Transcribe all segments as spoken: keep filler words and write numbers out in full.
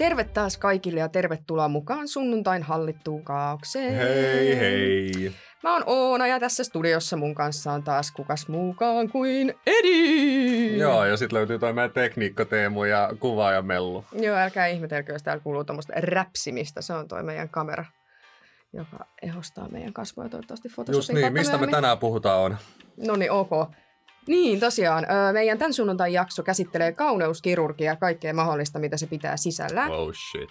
Terve taas kaikille ja tervetuloa mukaan sunnuntain hallittuun kaaukseen. Hei hei! Mä oon Oona ja tässä studiossa mun kanssa on taas kukas muukaan kuin Edi. Joo, ja sit löytyy toi meidän tekniikka Teemu ja kuva ja Mellu. Joo, älkää ihmetelkö, jos täällä kuuluu tommoista räpsimistä. Se on toi meidän kamera, joka ehostaa meidän kasvoja toivottavasti Photoshopin. Just niin, mistä me tänään puhutaan on? No niin, ok. Niin, tosiaan. Meidän tämän sunnuntain jakso käsittelee kauneuskirurgiaa ja kaikkea mahdollista, mitä se pitää sisällään. Oh shit.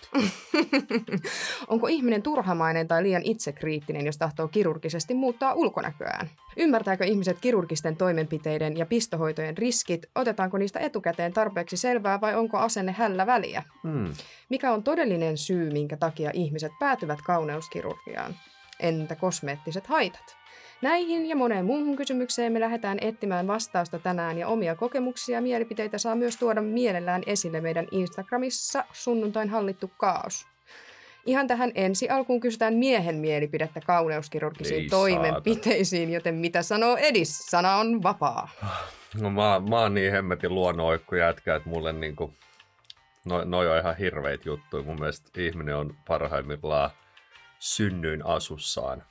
Onko ihminen turhamainen tai liian itsekriittinen, jos tahtoo kirurgisesti muuttaa ulkonäköään? Ymmärtääkö ihmiset kirurgisten toimenpiteiden ja pistohoitojen riskit? Otetaanko niistä etukäteen tarpeeksi selvää vai onko asenne hällä väliä? Hmm. Mikä on todellinen syy, minkä takia ihmiset päätyvät kauneuskirurgiaan? Entä kosmeettiset haitat? Näihin ja moneen muuhun kysymykseen me lähdetään etsimään vastausta tänään ja omia kokemuksia ja mielipiteitä saa myös tuoda mielellään esille meidän Instagramissa sunnuntain hallittu kaos. Ihan tähän ensi alkuun kysytään miehen mielipidettä kauneuskirurgisiin Ei toimenpiteisiin, joten mitä sanoo Edis? Sana on vapaa. No mä, mä oon niin hemmetin luonnonoikku jätkä, että mulle niinku, no, noi on ihan hirveitä juttuja. Mun mielestä ihminen on parhaimmillaan synnyin asussaan.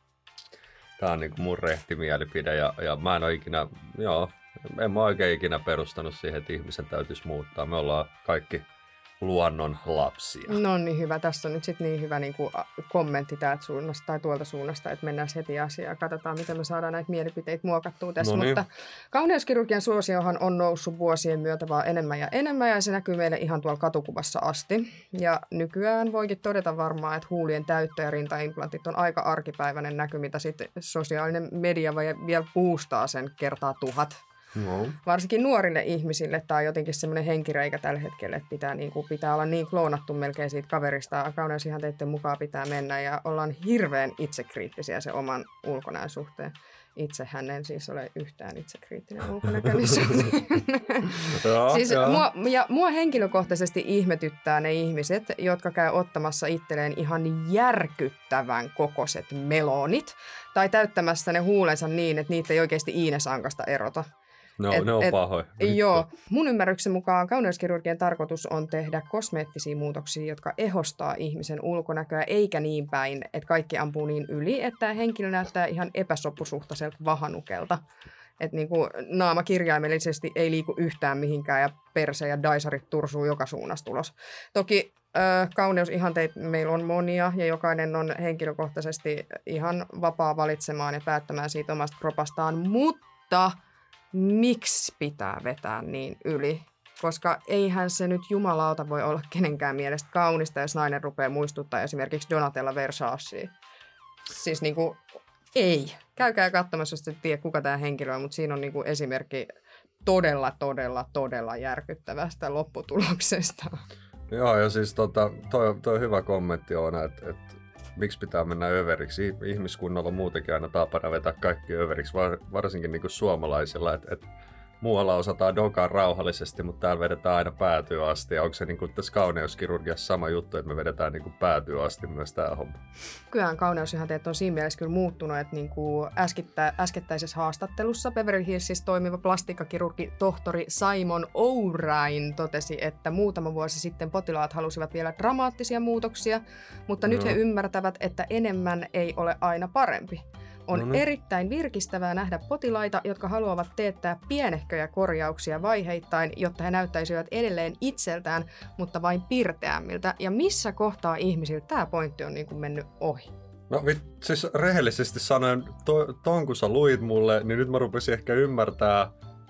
Tää on niinku mun rehti mielipide ja, ja mä en oo ikinä, joo, en mä oikein ikinä perustanut siihen, että ihmisen täytyisi muuttaa. Me ollaan kaikki luonnon lapsia. No niin hyvä, tässä on nyt sitten niin hyvä niin kuin kommentti täältä suunnasta tai tuolta suunnasta, että mennään heti asiaan ja katsotaan, miten me saadaan näitä mielipiteitä muokattua tässä. No niin. Mutta kauneuskirurgian suosiohan on noussut vuosien myötä vaan enemmän ja enemmän ja se näkyy meille ihan tuolla katukuvassa asti. Ja nykyään voikin todeta varmaan, että huulien täyttö ja rintaimplantit on aika arkipäiväinen näky, mitä sitten sosiaalinen media vielä boostaa sen kertaa tuhat. No. Varsinkin nuorille ihmisille tämä on jotenkin semmoinen henkireikä tällä hetkellä, että pitää, niin kuin, pitää olla niin kloonattu melkein siitä kaverista. Kauneusihanteiden mukaan pitää mennä ja ollaan hirveän itsekriittisiä sen oman ulkonäön suhteen. Itsehän en siis ole yhtään itsekriittinen ulkonäköinen suhteen. siis mua, ja mua henkilökohtaisesti ihmetyttää ne ihmiset, jotka käy ottamassa itselleen ihan järkyttävän kokoiset melonit tai täyttämässä ne huulensa niin, että niitä ei oikeasti Iinesankasta erota. No, et, ne on et, pahoja. Joo. Mun ymmärryksen mukaan kauneuskirurgian tarkoitus on tehdä kosmeettisia muutoksia, jotka ehostaa ihmisen ulkonäköä, eikä niin päin, että kaikki ampuu niin yli, että henkilö näyttää ihan epäsopusuhtaiselta vahanukelta. Että niinku naama kirjaimellisesti ei liiku yhtään mihinkään ja perse ja daisarit tursuu joka suunnasta ulos. Toki äh, kauneusihanteita meillä on monia ja jokainen on henkilökohtaisesti ihan vapaa valitsemaan ja päättämään siitä omasta kropastaan, mutta miksi pitää vetää niin yli? Koska eihän se nyt jumalauta voi olla kenenkään mielestä kaunista, jos nainen rupeaa muistuttaa esimerkiksi Donatella Versacea. Siis niinku, ei. Käykää katsomassa, jos et tiedä, kuka tämä henkilö on, mutta siinä on niinku esimerkki todella, todella, todella järkyttävästä lopputuloksesta. Joo, ja siis tota, toi, toi hyvä kommentti on, että et, miksi pitää mennä överiksi. Ihmiskunnalla on muutenkin aina tapana vetää kaikki överiksi, varsinkin niin kuin suomalaisilla, että et muualla osataan dokaa rauhallisesti, mutta täällä vedetään aina päätyyn asti. Ja onko se niin kuin tässä kauneuskirurgiassa sama juttu, että me vedetään niin kuin päätyyn asti myös tämä homma? Kyllähän kauneusihanteet on siinä mielessä kyllä muuttunut, että niin kuin äskettä, äskettäisessä haastattelussa Beverly Hillsissä toimiva plastiikkakirurgi tohtori Simon O'Ryan totesi, että muutama vuosi sitten potilaat halusivat vielä dramaattisia muutoksia, mutta no. nyt he ymmärtävät, että enemmän ei ole aina parempi. On no niin. erittäin virkistävää nähdä potilaita, jotka haluavat teettää pienehköjä korjauksia vaiheittain, jotta he näyttäisivät edelleen itseltään, mutta vain pirteämmiltä. Ja missä kohtaa ihmisiltä tämä pointti on niin kuin mennyt ohi? No siis rehellisesti sanoen, to, ton kun sä luit mulle, niin nyt mä rupesin ehkä ymmärtää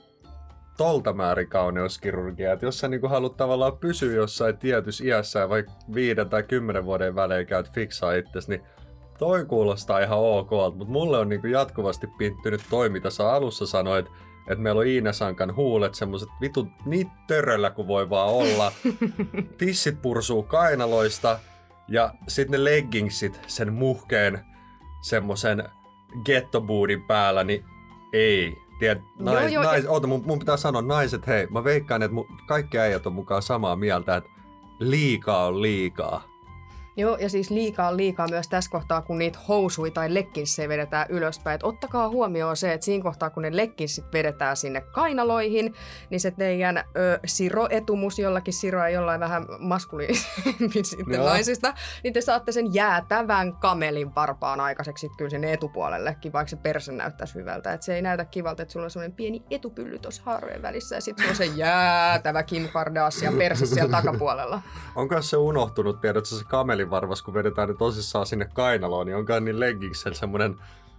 tolta määrin kauneuskirurgiaa. Että jos sä niin kuin haluat tavallaan pysyä jossain tietyssä iässä ja vaikka viiden tai kymmenen vuoden välein käyt fiksaa itsesi, niin toi kuulostaa ihan ok, mutta mulle on niinku jatkuvasti pinttynyt toi, mitä sä alussa sanoit, että meillä on Iinesankan huulet semmoset vitun niin töröllä kuin voi vaan olla. Tissit pursuu kainaloista ja sitten ne leggingsit sen muhkeen semmosen gettoboodin päällä, niin ei. Tiedät, nais, joo, joo, nais, ja... oota, mun, mun pitää sanoa, naiset, hei, mä veikkaan, että mun, kaikki äijät on mukaan samaa mieltä, että liikaa on liikaa. Joo, ja siis liikaa liikaa myös tässä kohtaa, kun niitä housui tai legginssejä vedetään ylöspäin. Et ottakaa huomioon se, että siinä kohtaa, kun ne legginssit vedetään sinne kainaloihin, niin se teidän ö, siroetumus, jollakin siroa jollain vähän maskuliinisempi sitten naisista, niin te saatte sen jäätävän kamelin varpaan aikaiseksi sitten kyllä sinne etupuolellekin, vaikka se perse näyttäisi hyvältä. Et se ei näytä kivalta, että sulla on semmoinen pieni etupylly tuossa haarojen välissä ja sitten sulla on se jäätävä Kim Kardashian perse siellä takapuolella. Onko se unohtunut, tiedätkö se kamelin varvas, kun vedetään ne tosissaan sinne kainaloon, niin onkaan niin leggingsellä semmoinen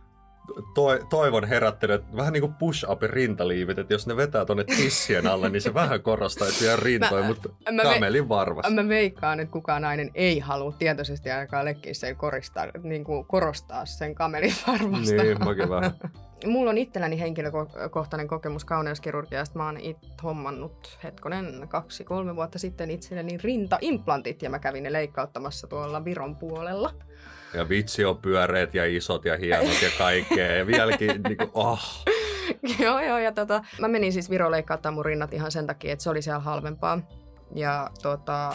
to- toivon herättely, että vähän niin kuin push-upin rintaliivit, että jos ne vetää tonne tissien alle, niin se vähän korostaisi vielä rintoja, mä, mutta mä kamelin ve- varvas. Mä veikkaan, että kukaan nainen ei halua tietoisesti ainakaan leggingsillä koristaa, niin kuin korostaa sen kamelin varvasta. Niin, mäkin vähän. Mulla on itselläni henkilökohtainen kokemus kauneuskirurgiasta. Mä oon itse hommannut hetkonen kaksi, kolme vuotta sitten itselleni rintaimplantit ja mä kävin ne leikkauttamassa tuolla Viron puolella. Ja vitsi on pyöreät ja isot ja hienot ja kaikkea ja vieläkin niinku oh. Joo joo ja tota, mä menin siis Viroon leikkauttaa mun rinnat ihan sen takia, että se oli siellä halvempaa. Ja tota,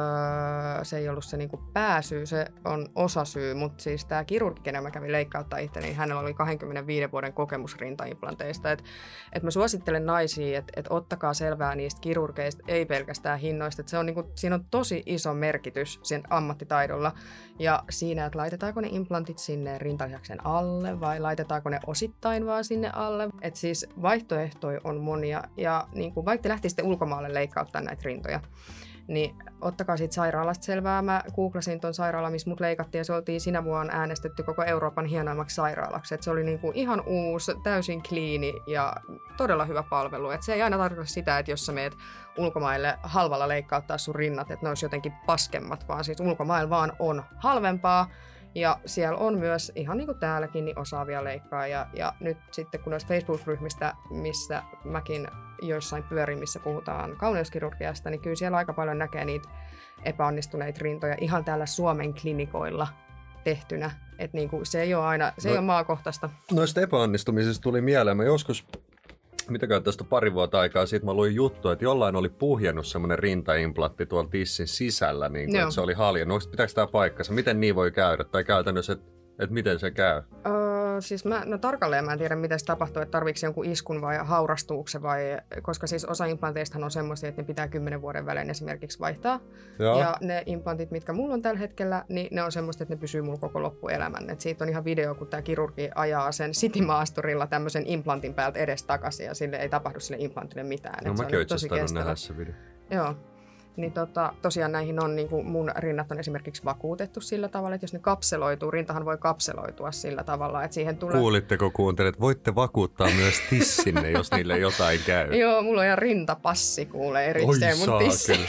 öö, se ei ollut se niinku pääsyy, se on osasyy, mutta siis tämä kirurgi, kenen mä kävin leikkauttaa itse, niin hänellä oli kaksikymmentäviisi vuoden kokemus rintaimplanteista. Et, et mä suosittelen naisia, että et ottakaa selvää niistä kirurgeista, ei pelkästään hinnoista. Et se on niinku, siinä on tosi iso merkitys sen ammattitaidolla ja siinä, että laitetaanko ne implantit sinne rintalihaksen alle vai laitetaanko ne osittain vaan sinne alle. Et siis vaihtoehtoja on monia ja niinku, vaikka te lähtisitte ulkomaalle leikkauttaa näitä rintoja, niin ottakaa siitä sairaalasta selvää. Mä googlasin ton sairaalan, missä mut leikattiin, ja se oltiin sinä vuonna äänestetty koko Euroopan hienoimmaksi sairaalaksi. Et se oli niinku ihan uusi, täysin kliini ja todella hyvä palvelu. Et se ei aina tarkoita sitä, että jos sä meet ulkomaille halvalla leikkauttaa sun rinnat, että ne olisi jotenkin paskemmat, vaan siis ulkomailla vaan on halvempaa. Ja siellä on myös, ihan niin kuin täälläkin, niin osaavia leikkaajia. Ja nyt sitten kun noista Facebook-ryhmistä, missä mäkin joissain pyörin, missä puhutaan kauneuskirurgiasta, niin kyllä siellä aika paljon näkee niitä epäonnistuneita rintoja ihan täällä Suomen klinikoilla tehtynä. Että niin kuin se ei ole aina, se no, ei ole maakohtaista. Noista epäonnistumisista tuli mieleen. Mä joskus, mitäkään tästä pari vuotta aikaa, siitä mä luin juttu, että jollain oli puhjennut semmoinen rintaimplantti tuolla tissin sisällä, niin kuin, että se oli haljennut. Pitääkö tämä paikkansa? Miten niin voi käydä? Tai käytännössä, että et miten se käy? Öö, siis mä, no tarkalleen mä en tiedä, miten se tapahtuu, että tarviiko se jonkun iskun vai haurastuuko se vai, koska siis osa implanteistahan on semmoisia, että ne pitää kymmenen vuoden välein esimerkiksi vaihtaa. Joo. Ja ne implantit, mitkä mulla on tällä hetkellä, niin ne on semmoista, että ne pysyy mulla koko loppuelämän. Et siitä on ihan video, kun tämä kirurgi ajaa sen City-maasturilla tämmöisen implantin päältä edes takaisin ja sille ei tapahdu sille implantille mitään. No mäkin itse asiassa nähdä se video. Joo. Niin tota, tosiaan näihin on, niin kuin mun rinnat on esimerkiksi vakuutettu sillä tavalla, että jos ne kapseloituu, rintahan voi kapseloitua sillä tavalla, että siihen tulee... Kuulitteko kuuntelet, voitte vakuuttaa myös tissinne, jos niille jotain käy. Joo, mulla on ihan rintapassi kuulee erikseen mun tissi.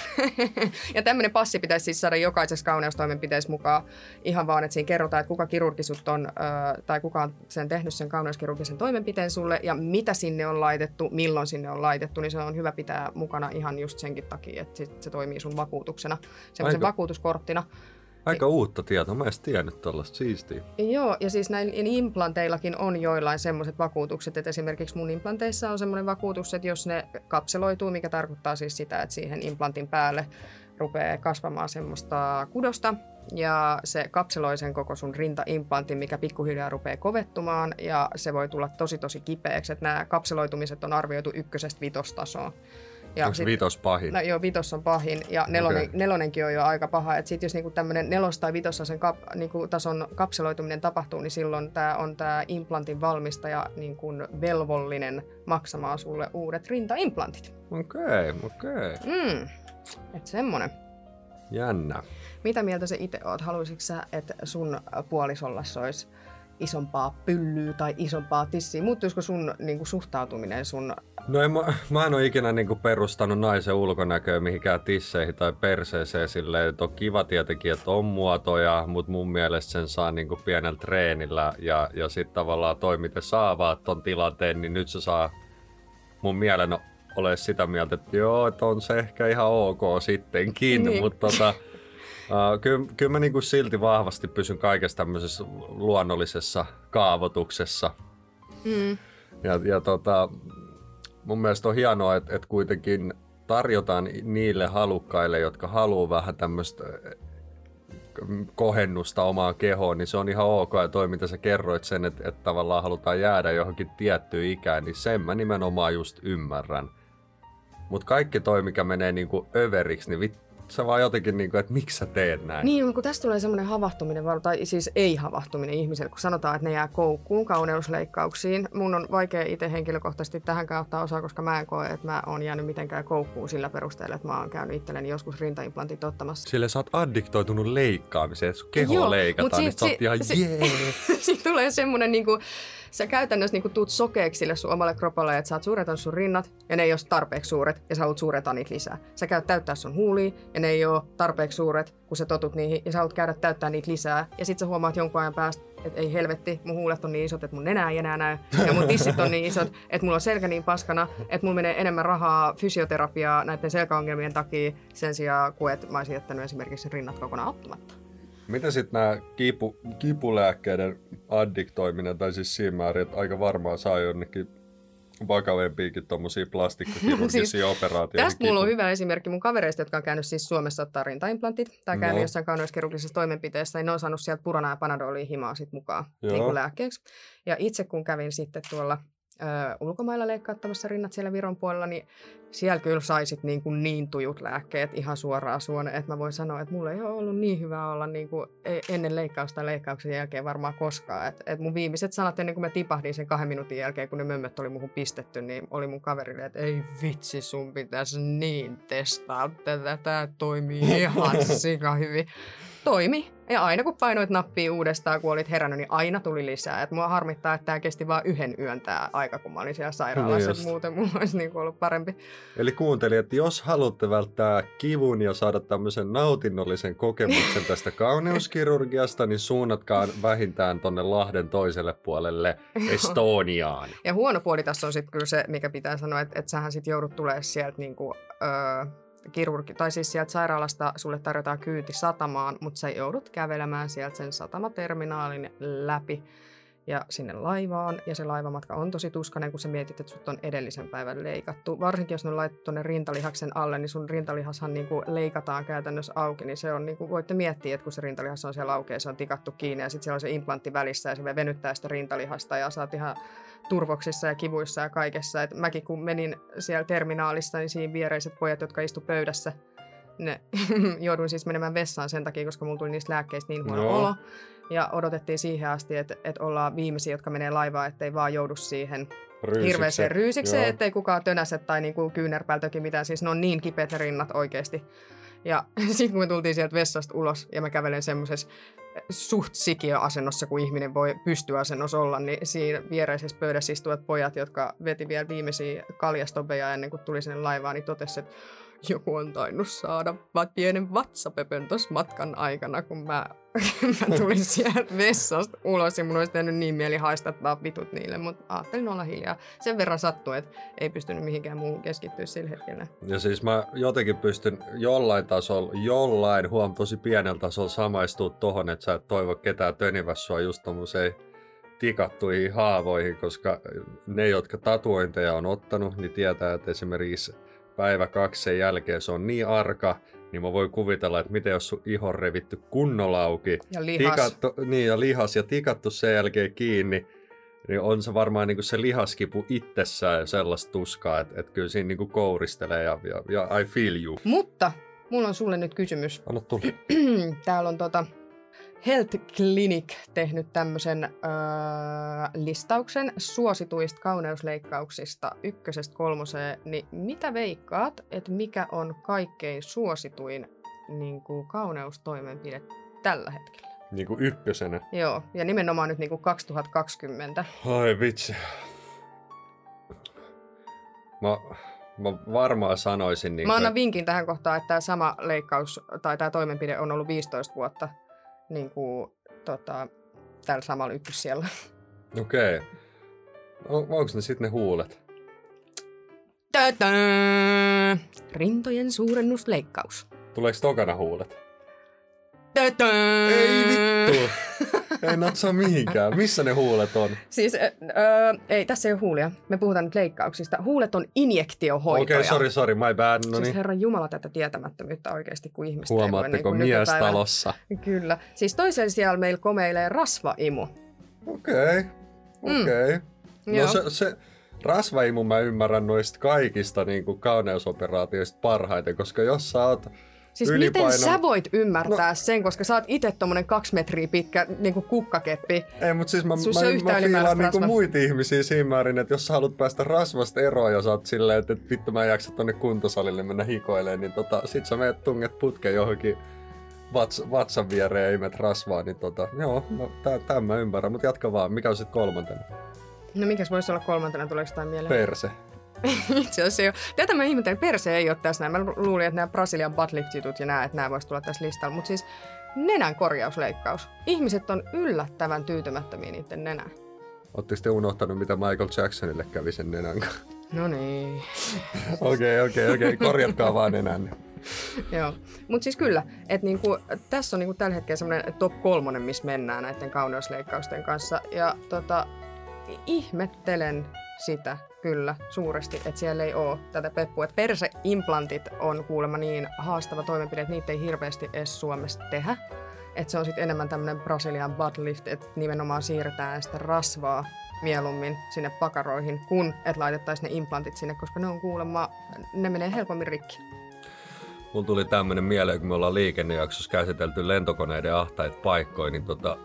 Ja tämmöinen passi pitäisi siis saada jokaisessa kauneustoimenpiteessä mukaan ihan vaan, että siinä kerrotaan, että kuka kirurgi sut on, tai kuka on sen tehnyt sen kauneuskirurgisen toimenpiteen sulle, ja mitä sinne on laitettu, milloin sinne on laitettu, niin se on hyvä pitää mukana ihan just senkin takia, että se toimii sun vakuutuksena, semmoisen vakuutuskorttina. Aika uutta tietoa, mä en edes tiennyt tollaista, siistiä. Joo, ja siis näillä implanteillakin on joillain semmoiset vakuutukset, että esimerkiksi mun implanteissa on semmoinen vakuutus, että jos ne kapseloituu, mikä tarkoittaa siis sitä, että siihen implantin päälle rupeaa kasvamaan semmoista kudosta, ja se kapseloi sen koko sun rintaimplantin, mikä pikkuhiljaa rupeaa kovettumaan, ja se voi tulla tosi tosi kipeäksi, että nämä kapseloitumiset on arvioitu ykkösestä vitostasoon. Onko sit, vitos pahin? No joo, vitos on pahin ja nelonen, okay. nelonenkin on jo aika paha. Et sit jos niinku tämmöinen nelos- tai vitostason kap, niinku tason kapseloituminen tapahtuu, niin silloin tää on tämä implantin valmistaja niinku velvollinen maksamaan sulle uudet rintaimplantit. Okei, okay, okei. Okay. Mm, et semmonen. Jännä. Mitä mieltä sä itse oot? Haluaisitko sä, että sun puolisolla olisi isompaa pyllyä tai isompaa tissiä? Muuttuisiko sun niinku, suhtautuminen sun... No en, mä, mä en ole ikinä niinku, perustanut naisen ulkonäköä mihinkään tisseihin tai perseeseen silleen, että on kiva tietenkin, että on muotoja, mutta mun mielestä sen saa niinku, pienellä treenillä ja, ja sitten tavallaan toi, miten saa vaan ton tilanteen, niin nyt se saa mun mielen ole sitä mieltä, että joo, että on se ehkä ihan ok sittenkin, niin. mutta tota... Uh, kyllä, kyllä mä niinku silti vahvasti pysyn kaikessa tämmöisessä luonnollisessa kaavoituksessa. Mm. Ja, ja tota, mun mielestä on hienoa, että, että kuitenkin tarjotaan niille halukkaille, jotka haluaa vähän tämmöistä kohennusta omaan kehoon, niin se on ihan ok. Ja toi, mitä sä kerroit sen, että, että tavallaan halutaan jäädä johonkin tiettyyn ikään, niin sen mä nimenomaan just ymmärrän. Mut kaikki toi, mikä menee niinku överiksi, niin vit, sä vaan jotenkin, niinku, että miksi sä teet näin? Niin, kun tästä tulee semmoinen havahtuminen, tai siis ei-havahtuminen ihmiselle, kun sanotaan, että ne jää koukkuun kauneusleikkauksiin. Mun on vaikea itse henkilökohtaisesti tähänkään ottaa osaa, koska mä en koe, että mä oon jäänyt mitenkään koukkuun sillä perusteella, että mä oon käynyt itselleni joskus rintaimplantit ottamassa. Sille sä oot addiktoitunut leikkaamiseen, että sun keho Joo, leikataan, niin sä oot ihan jee. Siitä tulee semmoinen niinku... Sä käytännössä niinku tuut sokeeksi sille sun omalle kropalle, että sä oot suurentanut sun rinnat ja ne ei ole tarpeeksi suuret ja sä haluat suurentaa niitä lisää. Sä käyt täyttää sun huulia ja ne ei ole tarpeeksi suuret, kun sä totut niihin ja sä haluat käydä täyttää niitä lisää. Ja sit sä huomaat jonkun ajan päästä, että ei helvetti, mun huulet on niin isot, että mun nenä ei enää näy ja mun tissit on niin isot, että mulla on selkä niin paskana, että mulla menee enemmän rahaa fysioterapiaa näiden selkäongelmien takia sen sijaan, kuin että mä olisin jättänyt esimerkiksi rinnat kokonaan ottamatta. Mitä sitten nämä kipu, kipulääkkeiden addiktoiminen, tai siis siinä määrin, että aika varmaan saa jonnekin vakavempiakin tuommoisia plastikkakirurgisia siis, operaatioita. Tästä mulla on hyvä esimerkki mun kavereista, jotka on käynyt siis Suomessa ottaa rintaimplantit tai käynyt no. jossain kauneuskirurgisessa toimenpiteessä, niin ne on saanut sieltä Puranaa ja Panadolia himaa sit mukaan niin kuin lääkkeeksi. Ja itse kun kävin sitten tuolla Ö, ulkomailla leikkauttamassa rinnat siellä Viron puolella, niin siellä kyllä saisit niin, kuin niin tujut lääkkeet ihan suoraan suoneen, että mä voin sanoa, että mulla ei ole ollut niin hyvä olla niin kuin ennen leikkausta tai leikkauksen jälkeen varmaan koskaan. Et, et mun viimeiset sanat ennen kuin mä tipahdin sen kahden minuutin jälkeen, kun ne mömmöt oli muhun pistetty, niin oli mun kaverille, että ei vitsi, sun pitäisi niin testaa tätä, tää toimii ihan sika hyvin. Toimi. Ja aina kun painoit nappia uudestaan, kun olit herännyt, niin aina tuli lisää. Et mua harmittaa, että tämä kesti vain yhden yön tämä aika, kun mä olin siellä sairaalassa. No muuten mulla olisi niinku ollut parempi. Eli kuuntelijat, että jos haluatte välttää kivun ja saada tämmöisen nautinnollisen kokemuksen tästä kauneuskirurgiasta, niin suunnatkaa vähintään tonne Lahden toiselle puolelle Estoniaan. Ja huono puoli tässä on sitten kyllä se, mikä pitää sanoa, että, että sähän sitten joudut tulemaan sieltä niinku... Öö, kirurgi, tai siis sieltä sairaalasta sulle tarjotaan kyyti satamaan, mutta sä joudut kävelemään sieltä sen satamaterminaalin läpi ja sinne laivaan. Ja se laivamatka on tosi tuskainen, kun sä mietit, että sut on edellisen päivän leikattu. Varsinkin jos ne on laitettu tuonne rintalihaksen alle, niin sun rintalihashan niinku leikataan käytännössä auki. Niin se on, niinku, voitte miettiä, että kun se rintalihas on siellä auki ja se on tikattu kiinni ja sitten siellä on se implantti välissä ja se venyttää sitä rintalihasta ja sä oot ihan turvoksissa ja kivuissa ja kaikessa. Et mäkin kun menin siellä terminaalissa, niin siinä viereiset pojat, jotka istu pöydässä, ne jouduin siis menemään vessaan sen takia, koska mulla tuli niistä lääkkeistä niin huono no. olo. Ja odotettiin siihen asti, että, että ollaan viimeisiä, jotka menee laivaan, ettei vaan joudu siihen Ryysiksi. hirveäseen ryysikseen, Joo. ettei kukaan tönäse tai niinku kyynärpäältäkin mitään. Siis ne on niin kipeät ne rinnat oikeasti. Ja sitten kun me tultiin sieltä vessasta ulos ja mä kävelen semmoisessa suht sikiöasennossa, kun ihminen voi pystyasennossa olla, niin siinä viereisessä pöydässä istuvat pojat, jotka veti vielä viimeisiä kaljastobeja ennen kuin tuli sinne laivaan, niin totesi, että joku on tainnut saada pienen vatsapöpön tuossa matkan aikana, kun mä, mä tulin sieltä vessasta ulos ja mun olisi tehnyt niin mieli haistattaa vitut niille, mutta ajattelin olla hiljaa. Sen verran sattui, että ei pystynyt mihinkään muuhun keskittyä sillä hetkellä. Ja siis mä jotenkin pystyn jollain tasolla, jollain huom tosi pienellä tasolla samaistua tohon, että sä et toivo ketään tönivässä sua just tommoseen tikattuihin haavoihin, koska ne, jotka tatuointeja on ottanut, niin tietää, että esimerkiksi päivä kaksi sen jälkeen se on niin arka, niin mä voin kuvitella, että miten jos sun iho on revitty kunnolla auki, ja lihas. Tikattu, niin, ja lihas ja tikattu sen jälkeen kiinni, niin on se varmaan niin kuin se lihaskipu itsessään ja sellaista tuskaa, että, että kyllä siinä niin kuin kouristelee ja, ja, ja I feel you. Mutta mulla on sulle nyt kysymys. Anna tulla. Täällä on tota Health Clinic tehnyt tämmöisen öö, listauksen suosituista kauneusleikkauksista ykkösestä kolmoseen, niin mitä veikkaat, että mikä on kaikkein suosituin niin kuin kauneustoimenpide tällä hetkellä? Niin kuin ykkösenä? Joo, ja nimenomaan nyt niin kuin kaksituhattakaksikymmentä. Ai vitsi. Mä, mä varmaan sanoisin... Niin mä annan kuin... vinkin tähän kohtaan, että tämä sama leikkaus tai tämä toimenpide on ollut viisitoista vuotta. Niin kuin tota, täällä samalla ykkössijalla. Okei. Okay. On, onko ne sitten ne huulet? Tätä! Rintojen suurennusleikkaus. Tuleeko tokana huulet? Tätä! Ei vittu! Ei natsaa mihinkään. Missä ne huulet on? Siis, öö, ei, tässä ei ole huulia. Me puhutaan nyt leikkauksista. Huulet on injektiohoitoja. Okei, okay, sorry, sorry, my bad. No niin. Siis herran jumala tätä tietämättömyyttä oikeasti, kun ihmistä huomaatteko ei voi, niin mies talossa? Kyllä. Siis toisella siellä meillä komeilee rasvaimu. Okei, okay. okei. Okay. Mm. No se, se rasvaimu mä ymmärrän noista kaikista niin kuin kauneusoperaatioista parhaiten, koska jos sä oot Siis ylipainon... miten sä voit ymmärtää no. sen, koska sä oot itse tommonen kaksi metriä pitkä niin kuin kukkakeppi. Ei, mutta siis mä, mä, mä fiilaan niinku muita ihmisiä siinä määrin, että jos sä haluat päästä rasvasta eroon ja sä oot silleen, että, että vittu mä en jaksa tonne kuntosalille mennä hikoilemaan, niin tota, sit sä meet tunget putken johonkin vats, vatsan viereen ja imet rasvaa, niin tota, joo, no, tämän mä ymmärrän, mutta jatka vaan. Mikä on sit kolmantena? No mikäs voisi olla kolmantena, tuleeko jotain mieleen? Perse. Itse asiassa jo. Tätä mä ihmettelin, perse ei ole tässä näin. Mä luulin, että nämä Brasilian buttlift-jutut ja nämä, että nämä voisi tulla tässä listalla. Mutta siis nenän korjausleikkaus. Ihmiset on yllättävän tyytymättömiä niiden nenään. Ootteko te unohtanut, mitä Michael Jacksonille kävi sen nenän kanssa? No niin. Okei, okei, okei. Korjatkaa vaan nenänne. Joo. Mutta siis kyllä, että niinku, tässä on niinku tällä hetkellä semmoinen top kolmonen, missä mennään näiden kauneusleikkausten kanssa. Ja tota, ihmettelen sitä kyllä suuresti, että siellä ei ole tätä peppua. Että perseimplantit on kuulemma niin haastava toimenpide, että niitä ei hirveästi edes Suomessa tehdä. Että se on sitten enemmän tämmöinen Brasilian butt lift, että nimenomaan siirretään sitä rasvaa mieluummin sinne pakaroihin, kun että laitettaisiin ne implantit sinne, koska ne on kuulemma, ne menee helpommin rikki. Mulla tuli tämmönen mieleen, kun me ollaan liikennejaksossa käsitelty lentokoneiden ahtaita paikkoja, niin tota...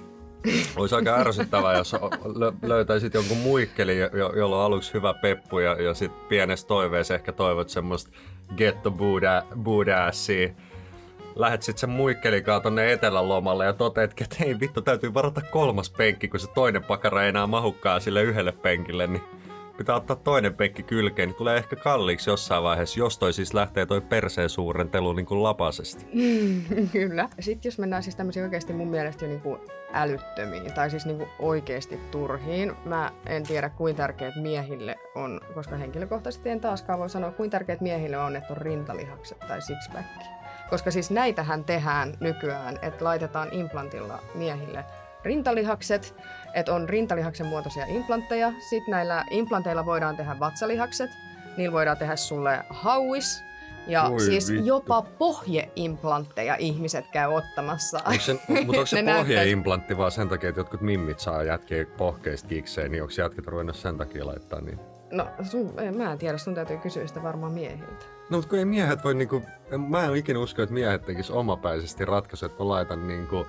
Olisi aika ärsyttävää, jos löytäisit jonkun muikkelin, jo- jolla on aluksi hyvä peppu ja, ja sitten pienessä toiveessa ehkä toivot semmoista ghetto boodassia. Lähet sitten sen muikkelikaan tonne etelän lomalle ja toteat, että hei vittu, täytyy varata kolmas penkki, kun se toinen pakara ei enää mahukkaan sille yhdelle penkille, niin pitää ottaa toinen penkki kylkeen, niin tulee ehkä kalliiksi jossain vaiheessa, jos toi siis lähtee toi perseen suurentelu niin kuin lapasesti. Kyllä. Sitten jos mennään siis tämmöisiin oikeasti mun mielestä jo niin kuin älyttömiin, tai siis niin kuin oikeasti turhiin. Mä en tiedä, kuinka tärkeät miehille on, koska henkilökohtaisesti en taaskaan voi sanoa, kuinka tärkeät miehille on, että on rintalihakset tai sixpack. Koska siis näitähän tehdään nykyään, että laitetaan implantilla miehille rintalihakset, että on rintalihaksen muotoisia implantteja. Sitten näillä implanteilla voidaan tehdä vatsalihakset, niillä voidaan tehdä sulle hauis. Ja Oi siis vittu. Jopa pohjeimplantteja ihmiset käy ottamassa. Onko se, mutta onko se pohjeimplantti vaan sen takia, että jotkut mimmit saa jätkiä pohkeista kikseen, niin onko jätkät ruvennut sen takia laittaa niin? No sun, mä en tiedä, sun täytyy kysyä sitä varmaan miehiltä. No mutta kun ei miehet voi niinku, mä en ikinä usko, että miehet tekis omapäisesti ratkaisu, että mä laitan niinku...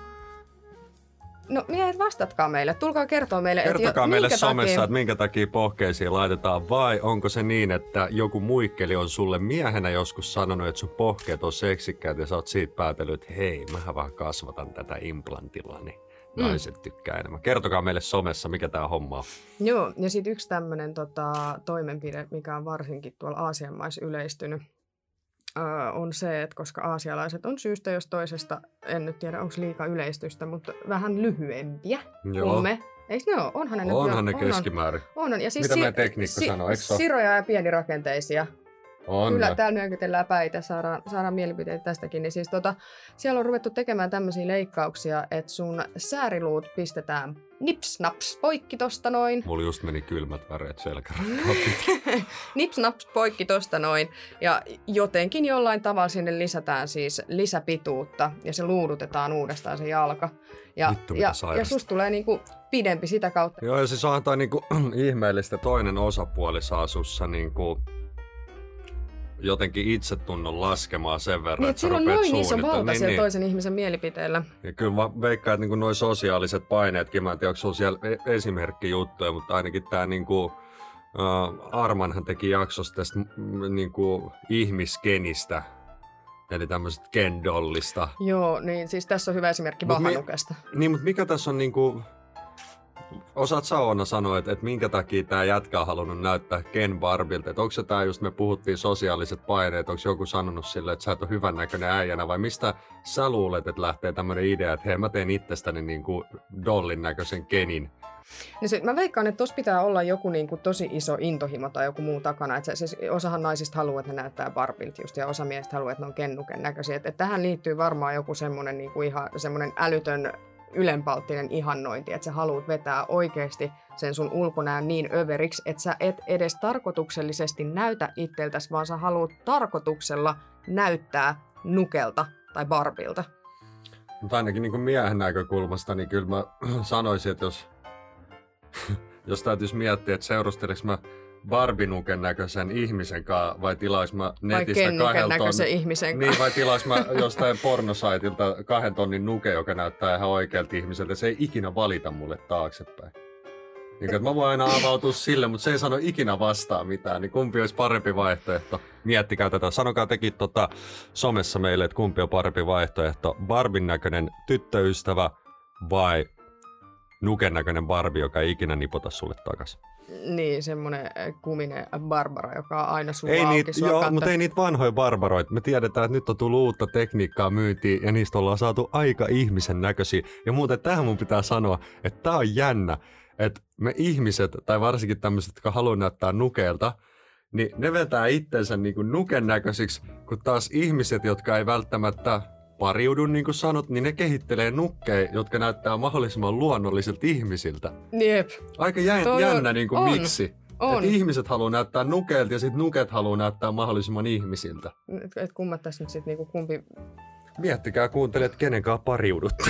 No miehet, vastatkaa meille, tulkaa kertoa meille, Kertokaa että jo, meille minkä somessa, takia... että minkä takia pohkeisiin laitetaan, vai onko se niin, että joku muikkeli on sulle miehenä joskus sanonut, että sun pohkeet on seksikkäät ja sä oot siitä päätellyt, että hei, mähän vaan kasvatan tätä implantilla, niin naiset mm. tykkää enemmän. Kertokaa meille somessa, mikä tää homma on. Joo, ja sitten yksi tämmönen tota, toimenpide, mikä on varsinkin tuolla Aasian maissa yleistynyt, on se, että koska aasialaiset on syystä jos toisesta, en nyt tiedä onko liikaa yleistystä, mutta vähän lyhyempiä Joo. kuin me. Eikö ne ole? Onhan ne, onhan nyt ne jo, keskimäärin. On, on. Ja siis mitä si- meidän tekniikka si- sanoo, eikö siroja ja pienirakenteisia. On. Kyllä, täällä nyökytellään päitä, saadaan, saadaan mielipiteitä tästäkin. Niin siis tota, siellä on ruvettu tekemään tämmöisiä leikkauksia, että sun sääriluut pistetään nips-naps poikki tosta noin. Mulla just meni kylmät väreet selkäraan. Nips-naps poikki tosta noin. Ja jotenkin jollain tavalla sinne lisätään siis lisäpituutta ja se luudutetaan uudestaan se jalka. Ja, Vittu, ja, ja susta tulee niinku pidempi sitä kautta. Joo, ja siis on toi niinku ihmeellistä. Toinen osapuoli saa sussa niinku... jotenkin itsetunnon laskemaan sen verran, niin, että sillä on noin iso valta niin, siellä niin. toisen ihmisen mielipiteellä. Ja kyllä mä veikkaan, että niinku noi sosiaaliset paineetkin, mä en tiedä, onko sulla siellä esimerkkijuttuja, mutta ainakin tää niinku, uh, Armanhan teki jaksosta tästä m- niinku ihmiskenistä, eli tämmöisestä Ken-dollista. Joo, niin siis tässä on hyvä esimerkki Vahanukesta. Mi- niin, mutta mikä tässä on niinku... Osaat sä Oona sanoa, että, että minkä takia tää jätkä on halunnut näyttää Ken Barbilta? Että onko se tää just, me puhuttiin sosiaaliset paineet, onko joku sanonut sille, että sä et ole hyvännäköinen äijänä, vai mistä sä luulet, että lähtee tämmönen idea, että hei mä teen itsestäni niin kuin dollin näköisen Kenin? No se, mä veikkaan, että tossa pitää olla joku niin kuin tosi iso intohimo tai joku muu takana. Että se, se, osahan naisista haluaa, että ne näyttää Barbilta just, ja osa miehistä haluaa, että ne on kennuken näköisiä. Että, että tähän liittyy varmaan joku semmoinen niin kuin ihan semmoinen älytön ylenpalttinen ihannointi, että sä haluat vetää oikeasti sen sun ulkonäön niin överiksi, että sä et edes tarkoituksellisesti näytä itseltäsi, vaan sä haluat tarkoituksella näyttää nukelta tai barbilta. Mutta ainakin niin kuin miehen näkökulmasta, niin kyllä mä sanoisin, että jos, jos täytyisi miettiä, että seurusteleks mä Barbinuken näköisen ihmisen kanssa vai tilais mä netistä vai kahden näköisen ihmisen niin, vai tilais mä jostain pornosaitilta kahden tonnin nuke, joka näyttää ihan oikealta ihmiseltä. Se ei ikinä valita mulle taaksepäin. Niin, että mä voin aina avautua sille, mutta se ei sano ikinä vastaan mitään. Niin kumpi olisi parempi vaihtoehto? Miettikää tätä. Sanokaa tekin tota somessa meille, että kumpi on parempi vaihtoehto. Barbin näköinen tyttöystävä vai nuken näköinen Barbie, joka ei ikinä nipota sulle takaisin. Niin, semmoinen kuminen Barbara, joka on aina suu ei auki. Niit, joo, katto. mutta ei niitä vanhoja barbaroita. Me tiedetään, että nyt on tullut uutta tekniikkaa myyntiin ja niistä ollaan saatu aika ihmisen näköisiä. Ja muuten tähän mun pitää sanoa, että tää on jännä, että me ihmiset, tai varsinkin tämmöiset, jotka haluaa näyttää nukeelta, niin ne vetää itsensä niin kuin nuken näköisiksi, kun taas ihmiset, jotka ei välttämättä pariudu, niin kuin sanot, niin ne kehittelee nukkeja, jotka näyttää mahdollisimman luonnollisilta ihmisiltä. Jep. Aika jä, jännä niin kuin miksi. Että ihmiset haluaa näyttää nukeilta ja sitten nuket haluaa näyttää mahdollisimman ihmisiltä. Et, et kummat tässä nyt sitten niinku kumpi... Miettikää, kuuntelet, kenenkaan pariudutta.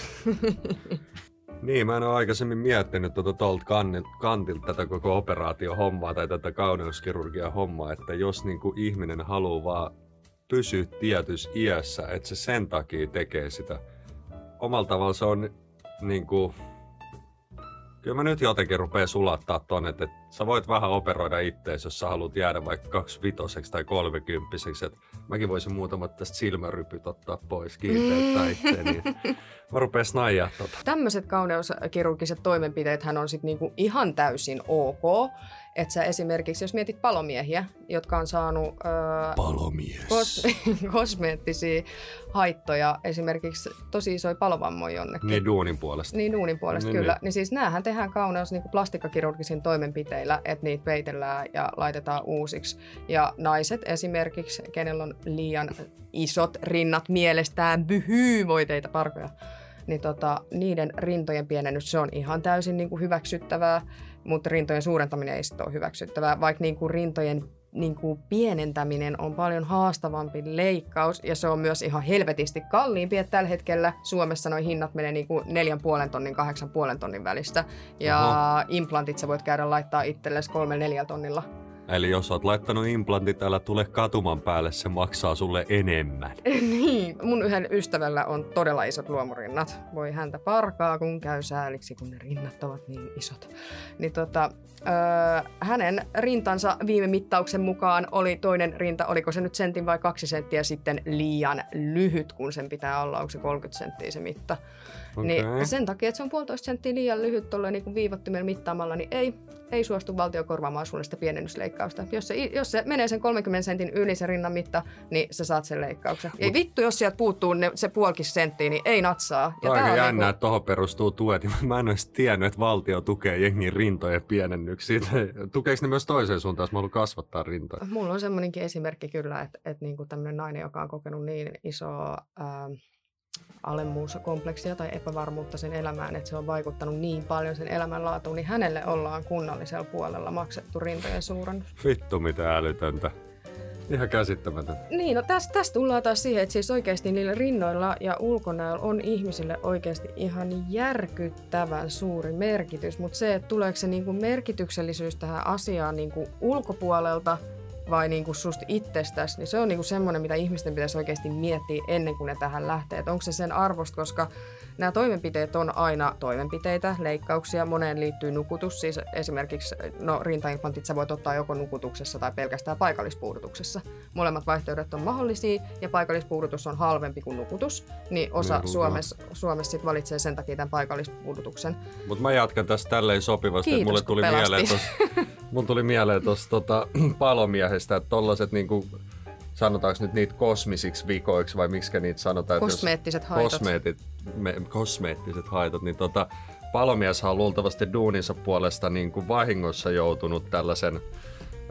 Niin, mä en ole aikaisemmin miettinyt tuota tuolta kantilta tätä koko operaatio-hommaa tai tätä kauneuskirurgia-hommaa, että jos niin kuin ihminen haluaa vaan pysyä tietyssä iässä, että se sen takia tekee sitä. Omalla tavalla se on niin kuin... Kyllä mä nyt jotenkin rupean sulattaa tonne, että sä voit vähän operoida ittees, jos sä haluat jäädä vaikka kaksivitoseksi tai kolmekymppiseksi. Että mäkin voisin muutamat tästä silmärypyt ottaa pois, kiinteättää itteeni. Mä rupean snaijaa tota. Tämmöiset kauneuskirurgiset toimenpiteethän on sit niinku ihan täysin ok. Että sä esimerkiksi, jos mietit palomiehiä, jotka on saanut öö, Palomies. Kos- kosmeettisia haittoja, esimerkiksi tosi isoja palovammoja jonnekin. Niin duunin puolesta. Niin duunin puolesta, niin, kyllä. Niin. niin siis näähän tehdään kauneus niin kuin plastikkakirurgisin toimenpiteillä, että niitä peitellään ja laitetaan uusiksi. Ja naiset esimerkiksi, kenellä on liian isot rinnat mielestään, byhyy, voi teitä parkoja, niin tota, niiden rintojen pienennys, se on ihan täysin niin kuin hyväksyttävää. Mutta rintojen suurentaminen ei sitten ole hyväksyttävää, vaikka niinku rintojen niinku pienentäminen on paljon haastavampi leikkaus ja se on myös ihan helvetisti kalliimpi, että tällä hetkellä Suomessa nuo hinnat menee niinku neljän puolen tonnin, kahdeksan puolen tonnin välistä ja Oho. implantit sä voit käydä laittaa itsellesi kolme neljä tonnilla. Eli jos oot laittanut implantit, älä tule katuman päälle, se maksaa sulle enemmän. Niin, mun yhden ystävällä on todella isot luomurinnat. Voi häntä parkaa, kun käy sääliksi, kun ne rinnat ovat niin isot. Niin tota, öö, hänen rintansa viime mittauksen mukaan oli toinen rinta, oliko se nyt sentin vai kaksi senttiä sitten liian lyhyt, kun sen pitää olla, onko se kolmekymmentä senttiä se mitta. Okay. Niin sen takia, että se on puolitoista senttiä liian lyhyt tuolla niin viivottimella mittaamalla, niin ei, ei suostu valtio korvaamaan sulle sitä pienennysleikkausta. Jos se, jos se menee sen kolmenkymmenen sentin yli se rinnan mitta, niin sä saat sen leikkauksen. Mut, ei vittu, jos sieltä puuttuu ne, se puolikin senttiä, niin ei natsaa. Ja aika jännä, niinku... että tohon perustuu tuet. Mä en olisi tiennyt, että valtio tukee jengin rintojen pienennyksiä. Tukeeko ne myös toiseen suuntaan, jos mä haluan kasvattaa rintoja? Mulla on semmoinenkin esimerkki kyllä, että, että niinku tämmöinen nainen, joka on kokenut niin isoa... Ää, alemmuuskompleksia tai epävarmuutta sen elämään, että se on vaikuttanut niin paljon sen elämänlaatuun, niin hänelle ollaan kunnallisella puolella maksettu rintojen suurennus. Vittu mitä älytöntä. Ihan käsittämätöntä. Niin, no tästä täs tullaan taas siihen, että siis oikeasti niillä rinnoilla ja ulkonäöllä on ihmisille oikeasti ihan järkyttävän suuri merkitys, mutta se, että tuleeko se niinku merkityksellisyys tähän asiaan niinku ulkopuolelta vai niinku susta itsestäsi, niin se on niinku semmoinen, mitä ihmisten pitäisi oikeasti miettiä ennen kuin ne tähän lähtee. Et onko se sen arvosta, koska nämä toimenpiteet on aina toimenpiteitä, leikkauksia, moneen liittyy nukutus. Siis esimerkiksi no, rintaimplantit sä voit ottaa joko nukutuksessa tai pelkästään paikallispuudutuksessa. Molemmat vaihtoehdot on mahdollisia ja paikallispuudutus on halvempi kuin nukutus, niin osa no, Suomessa, Suomessa sit valitsee sen takia tämän paikallispuudutuksen. Mutta mä jatkan tässä tälleen sopivasti, Kiitos, että mulle tuli mieleen tossa, mun tuli mieleen tuosta tota, palomiehestä, että tollaset niinku, sanotaanko nyt niitä kosmisiksi vikoiksi vai miksi niitä sanotaan? Kosmeettiset jos, haitat. Kosmeetit, me, kosmeettiset haitat, niin tota, palomieshan on luultavasti duuninsa puolesta niinku vahingossa joutunut tällaisen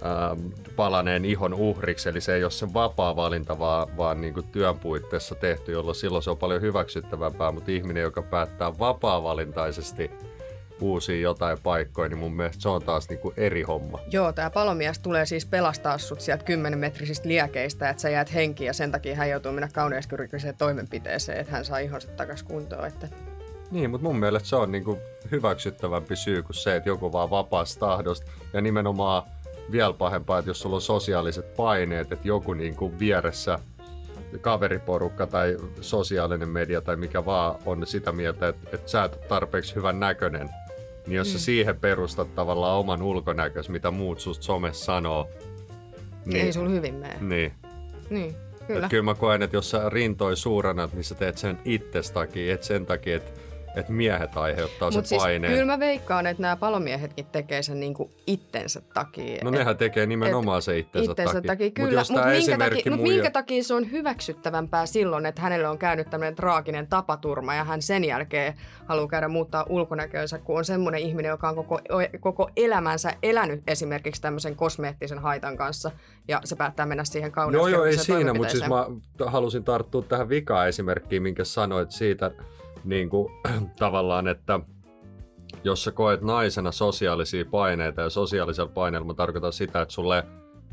ähm, palaneen ihon uhriksi, eli se ei ole se vapaa valinta, vaan, vaan niin kuin työn puitteissa tehty, jolloin silloin se on paljon hyväksyttävämpää, mutta ihminen, joka päättää vapaa-valintaisesti uusia jotain paikkoja, niin mun mielestä se on taas niin kuin eri homma. Joo, tää palomies tulee siis pelastaa sut sieltä kymmenenmetrisistä liekeistä, että sä jäät henkiin ja sen takia hän joutuu mennä kauneuskirurgiseen toimenpiteeseen, että hän saa ihonsa takas kuntoon. Että... Niin, mutta mun mielestä se on niin kuin hyväksyttävämpi syy kuin se, että joku vaan vapaasta tahdosta ja nimenomaan vielä pahempaa, että jos sulla on sosiaaliset paineet, että joku niin kuin vieressä kaveriporukka tai sosiaalinen media tai mikä vaan on sitä mieltä, että, että sä et ole tarpeeksi hyvän näköinen, niin jos mm. sä siihen perustat tavallaan oman ulkonäkös, mitä muut susta somessa sanoo, niin... Ei sulla hyvin mene. Niin. Niin, kyllä. Et kyllä mä koen, että jos sä rintoi suurennat, niin sä teet sen itses takia, et sen takia, että et miehet aiheuttaa Mut sen siis paineen. Kyllä mä veikkaan, että nämä palomiehetkin tekee sen niinku itsensä takia. No et, nehän tekee nimenomaan se itsensä, itsensä takia. takia. Mut Kyllä, mutta minkä, takia, mut muija... minkä takia se on hyväksyttävämpää silloin, että hänelle on käynyt tämmöinen traaginen tapaturma ja hän sen jälkeen haluaa käydä muuttaa ulkonäköönsä, kun on semmoinen ihminen, joka on koko, koko elämänsä elänyt esimerkiksi tämmöisen kosmeettisen haitan kanssa ja se päättää mennä siihen kauneuskirurgiseen Joo, joo, ei siinä, mutta siis mä halusin tarttua tähän vika-esimerkkiin, minkä sanoit siitä, niin kuin, tavallaan, että jos sä koet naisena sosiaalisia paineita ja sosiaalisella paineella mä tarkoitan sitä, että sulle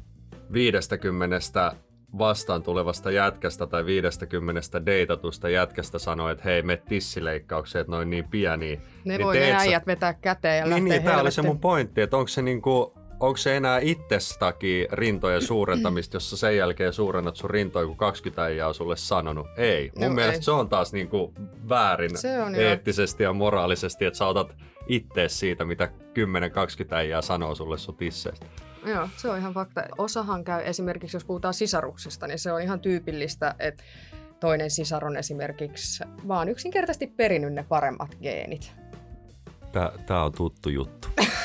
viidestäkymmenestä vastaan tulevasta jätkästä tai viidestäkymmenestä deitatusta jätkästä sanoo, että hei, me tissileikkaukseen, että noin niin pieniä. Ne niin voi ne äijät vetää käteen ja niin, lähteä niin, tää oli se mun pointti, että onko se niinku... Onko se enää itsestäkin rintojen suurentamista, jos sä sen jälkeen suurennat sun rintoja, kun kaksikymmentä äijää on sulle sanonut? Ei. Mun no, mielestä ei. Se on taas niinku väärin eettisesti jo. Ja moraalisesti, että sä otat ittees siitä, mitä kymmenen kaksikymmentä äijää sanoo sulle sun tisseistä. Joo, se on ihan fakta. Osahan käy esimerkiksi, jos puhutaan sisaruksista, niin se on ihan tyypillistä, että toinen sisar on esimerkiksi vaan yksinkertaisesti perinnyt ne paremmat geenit. Tää, tää on tuttu juttu.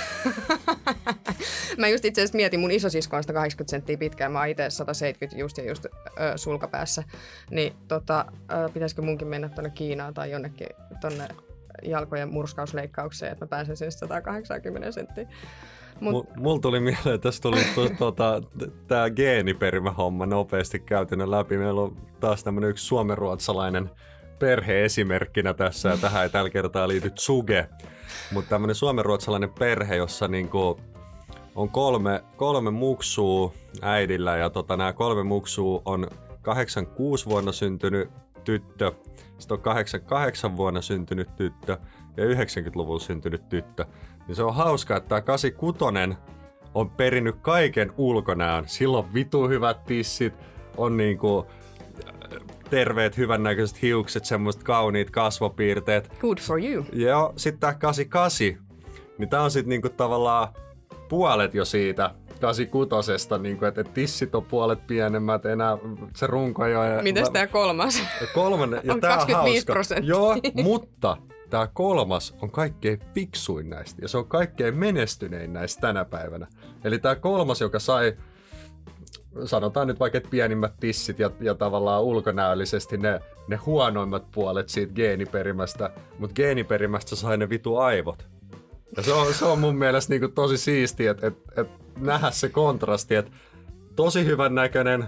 Mä just itse asiassa mietin, mun isosisko on sitä kahdeksankymmentä senttiä pitkään, mä oon itse sata seitsemänkymmentä just ja just ö, sulkapäässä, niin tota, ö, pitäisikö munkin mennä tonne Kiinaan tai jonnekin tonne jalkojen murskausleikkaukseen, että mä pääsen sinne sata kahdeksankymmentä senttiä. Mut... M- Mulla tuli mieleen, että tässä tuli tuota, tää geeniperimähomma nopeasti käytynä läpi. Meillä on taas tämmönen yksi suomenruotsalainen perhe esimerkkinä tässä, ja tähän ei tällä kertaa liity Tsuge. Mutta tämmönen suomenruotsalainen perhe, jossa niinku on kolme, kolme muksua äidillä, ja tota, nämä kolme muksua on kahdeksankymmentäkuusi vuonna syntynyt tyttö, sitten on kahdeksankymmentäkahdeksan vuonna syntynyt tyttö ja yhdeksänkymmentäluvulla syntynyt tyttö. Niin se on hauska, että tämä kahdeksankymmentäkuusi on perinnyt kaiken ulkonäön. Sillä on vitu hyvät tissit, on niinku terveet, hyvännäköiset hiukset, semmoiset kauniit kasvopiirteet. Good for you. Joo, sitten tämä kahdeksankymmentäkahdeksan, niin tää on sitten niinku tavallaan puolet jo siitä kahdeksankymmentäkuusi, niinku, että tissit on puolet pienemmät, enää se runko ei ole. Mites tää kolmas? Kolmannen, ja on tää kaksikymmentäviisi prosenttia. Joo, mutta tää kolmas on kaikkein fiksuin näistä ja se on kaikkein menestynein näistä tänä päivänä. Eli tää kolmas, joka sai, sanotaan nyt vaikka, että pienimmät tissit ja, ja tavallaan ulkonäöllisesti ne, ne huonoimmat puolet siitä geeniperimästä, mutta geeniperimästä sai ne vitu aivot. Ja se on, se on mun mielestä niinku tosi siistiä, että et, et nähdä se kontrasti, että tosi hyvän näköinen,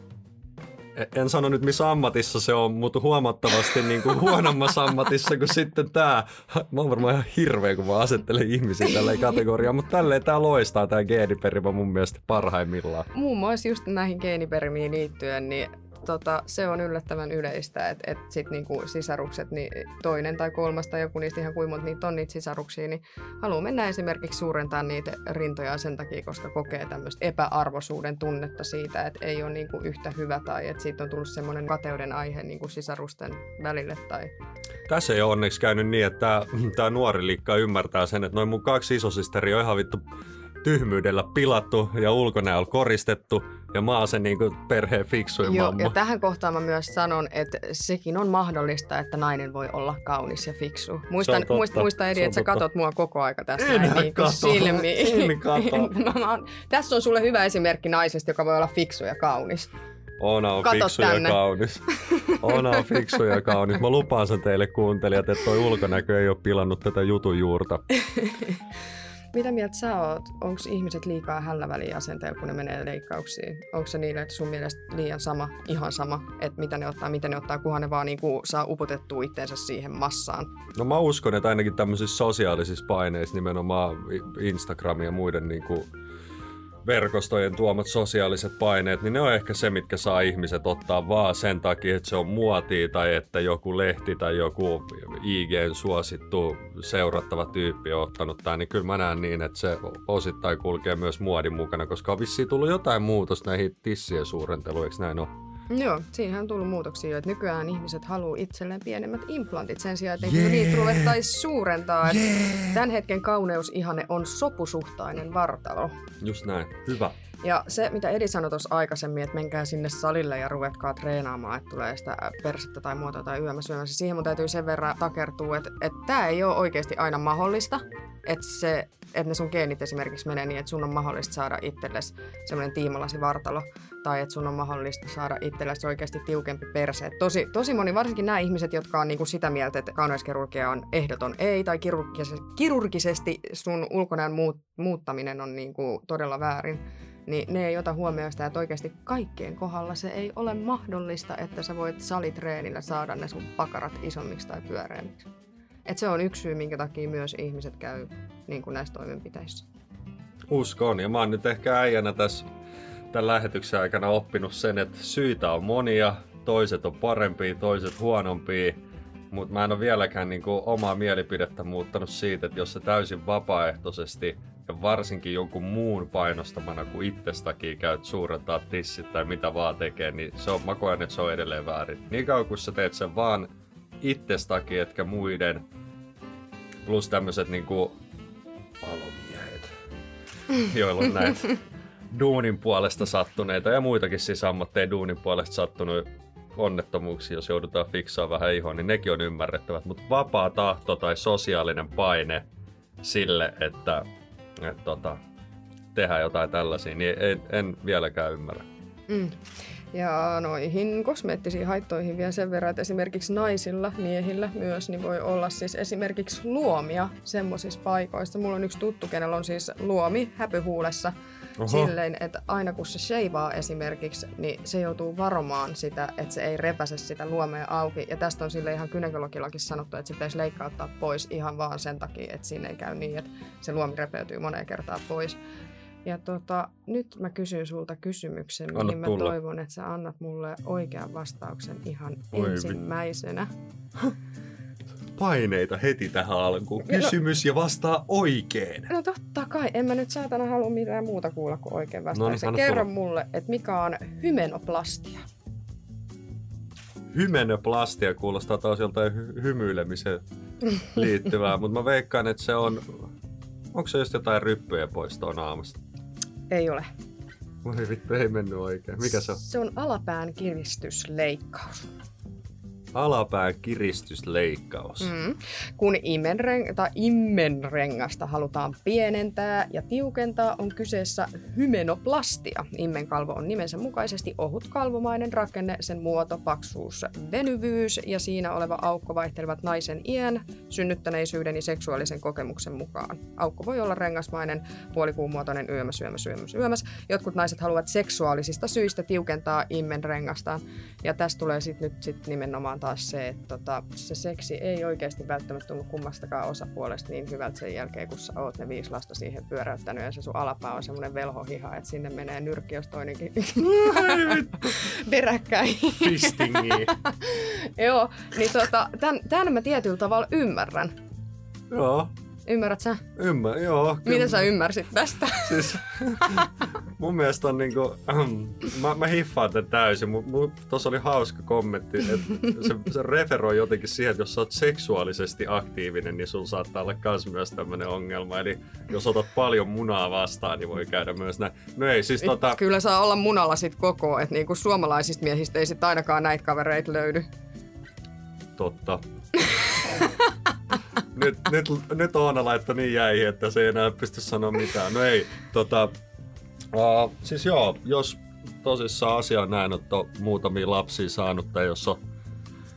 en sano nyt missä ammatissa se on, mutta huomattavasti niinku huonommassa ammatissa kuin sitten tää. Mä oon varmaan ihan hirveä, kun mä asettelen ihmisiä tälleen kategoriaan, mutta tälleen tää loistaa tää geeniperimä mun mielestä parhaimmillaan. Muun muassa just näihin geeniperimiin liittyen, niin tota, se on yllättävän yleistä, että et sit niinku sisarukset, niin toinen tai kolmas tai joku niistä ihan kuin monta niitä on niitä sisaruksia, niin haluaa mennä esimerkiksi suurentaa niitä rintoja sen takia, koska kokee tämmöistä epäarvoisuuden tunnetta siitä, että ei ole niinku yhtä hyvä tai että siitä on tullut semmoinen kateuden aihe niinku sisarusten välille. Tai... Tässä ei ole onneksi käynyt niin, että tää, tää nuori liikka ymmärtää sen, että noin mun kaksi isosisteria on ihan vittu tyhmyydellä pilattu ja ulkonäöllä koristettu ja mä oon se niinku perheen fiksuin Joo, mamma. Ja tähän kohtaan mä myös sanon, että sekin on mahdollista, että nainen voi olla kaunis ja fiksu. Muistan, muista, muista Edi, että sä katot mua koko aika tässä en näin niin kuin silmiin. En kato. mä, mä, tässä on sulle hyvä esimerkki naisesta, joka voi olla fiksu ja kaunis. Ona on Kato fiksu tänne. ja kaunis. Ona on fiksu ja kaunis. Mä lupaan sen teille kuuntelijat, että toi ulkonäkö ei ole pilannut tätä jutun juurta. mitä mieltä sä oot? Onko ihmiset liikaa hälläväliä asenteella, kun ne menee leikkauksiin? Onko se niille, että sun mielestä liian sama, ihan sama, että mitä ne ottaa, miten ne ottaa, kunhan ne vaan niinku saa upotettua itteensä siihen massaan? No mä uskon, että ainakin tämmöisissä sosiaalisissa paineissa, nimenomaan Instagram ja muiden niinku verkostojen tuomat sosiaaliset paineet, niin ne on ehkä se, mitkä saa ihmiset ottaa vaan sen takia, että se on muotia tai että joku lehti tai joku I G:n suosittu seurattava tyyppi on ottanut tämän, niin kyllä mä näen niin, että se osittain kulkee myös muodin mukana, koska on vissiin tullut jotain muutosta näihin tissien suurenteluun, eikö näin ole? Joo, siinähän on tullut muutoksia jo, että nykyään ihmiset haluaa itselleen pienemmät implantit sen sijaan, että yeah. niitä ruvettaisiin suurentaa. Yeah. Tämän hetken kauneusihanne on sopusuhtainen vartalo. Just näin, hyvä. Ja se, mitä Edi sanoi tuossa aikaisemmin, että menkää sinne salille ja ruvetkaa treenaamaan, että tulee sitä persettä tai muotoa tai yömässä yömässä. Siihen mun täytyy sen verran takertua, että, että tämä ei ole oikeasti aina mahdollista. Että, se, että ne sun geenit esimerkiksi menee niin, että sun on mahdollista saada itsellesi semmoinen tiimalasivartalo. Tai että sun on mahdollista saada itsellesi oikeasti tiukempi perse. Tosi, tosi moni, varsinkin nämä ihmiset, jotka on niinku sitä mieltä, että kauneuskirurgia on ehdoton ei. Tai kirurgisesti, kirurgisesti sun ulkonäön muut, muuttaminen on niinku todella väärin. Niin ne ei ota huomioon sitä, että oikeasti kaikkien kohdalla se ei ole mahdollista, että sä voit salitreenillä saada ne sun pakarat isommiksi tai pyöreämmiksi. Et se on yksi syy, minkä takia myös ihmiset käy niin kuin näissä toimenpiteissä. Uskon, ja mä oon nyt ehkä äijänä tässä tämän lähetyksen aikana oppinut sen, että syitä on monia, toiset on parempia, toiset huonompia, mutta mä en ole vieläkään niin kuin omaa mielipidettä muuttanut siitä, että jos se täysin vapaaehtoisesti ja varsinkin jonkun muun painostamana kuin itsestäkin käyt suurentaa tissit tai mitä vaan tekee, niin se on, mä koen, että se on edelleen väärin. Niin kauan kun sä teet sen vaan itsestäkin, etkä muiden, plus tämmöiset niinku palomiehet, joilla on näitä duunin puolesta sattuneita ja muitakin siis ammatteja duunin puolesta sattunut onnettomuuksia, jos joudutaan fiksaamaan vähän ihoa, niin nekin on ymmärrettävät. Mutta vapaa tahto tai sosiaalinen paine sille, että et, tota, tehdään jotain tällaisia, niin en, en vieläkään ymmärrä. Mm. Ja noihin kosmeettisiin haittoihin vielä sen verran, että esimerkiksi naisilla, miehillä myös, niin voi olla siis esimerkiksi luomia semmoisissa paikoissa. Mulla on yksi tuttu, kenellä on siis luomi häpyhuulessa. Oho. Silleen, että aina kun se sheivaa esimerkiksi, niin se joutuu varomaan sitä, että se ei repäse sitä luomea auki. Ja tästä on sille ihan gynekologillakin sanottu, että se pitäisi leikkauttaa pois ihan vaan sen takia, että siinä ei käy niin, että se luomi repeytyy moneen kertaan pois. Ja tota, nyt mä kysyn sulta kysymyksen, Anna niin mä tulla. toivon, että sä annat mulle oikean vastauksen ihan Oi, ensimmäisenä. Paineita heti tähän alkuun. Kysymys no, ja vastaa oikein. No totta kai. En mä nyt saatana halua mitään muuta kuulla kuin oikein vastauksen. No niin, kerro tulla. mulle, että mikä on hymenoplastia? Hymenoplastia kuulostaa taas joltain hy- hymyilemiseen liittyvää, mutta mä veikkaan, että se on... Onko se just jotain ryppyjen poistoa naamasta? Ei ole. Voi vittu, ei mennyt oikein. Mikä se on? Se on alapään kiristysleikkaus. Alapään kiristysleikkaus. Mm. Kun imenreng- tai immenrengasta halutaan pienentää ja tiukentaa, on kyseessä hymenoplastia. Immenkalvo on nimensä mukaisesti ohut kalvomainen rakenne, sen muoto, paksuus, venyvyys ja siinä oleva aukko vaihtelevat naisen iän, synnyttäneisyyden ja seksuaalisen kokemuksen mukaan. Aukko voi olla rengasmainen, puolikuumuotoinen, yömäs, yömäs, yömäs, yömäs. Jotkut naiset haluavat seksuaalisista syistä tiukentaa immenrengastaan ja tästä tulee sit nyt sit nimenomaan taas se, että tota, se seksi ei oikeasti välttämättä tunnu kummastakaan osapuolesta niin hyvältä sen jälkeen, kun sä oot ne viisi lasta siihen pyöräyttänyt ja se sun alapää on semmoinen velhohiha, että sinne menee nyrkki, jos toinenkin peräkkäin. Fistingiin. Joo, niin tota, tän, tän mä tietyllä tavalla ymmärrän. Joo. Ymmärrät sä? Ymmärrän, joo. Mitä kyllä. Sä ymmärsit tästä? Siis, mun mielestä on niinku, äh, mä, mä hiffaan tämän täysin, mutta tuossa oli hauska kommentti, että se, se referoi jotenkin siihen, että jos sä oot seksuaalisesti aktiivinen, niin sulla saattaa olla kans myös tämmönen ongelma. Eli jos otat paljon munaa vastaan, niin voi käydä myös näin. No ei, siis tota... Kyllä saa olla munalla sit koko, että niinku suomalaisista miehistä ei sit ainakaan näitä kavereita löydy. Totta. Nyt, nyt, nyt Oona laittoi niin jäihin, että se ei enää pysty sanoa mitään. No ei, tota, uh, siis joo, jos tosissaan asia on näin, että on muutamia lapsia saanut tai jos on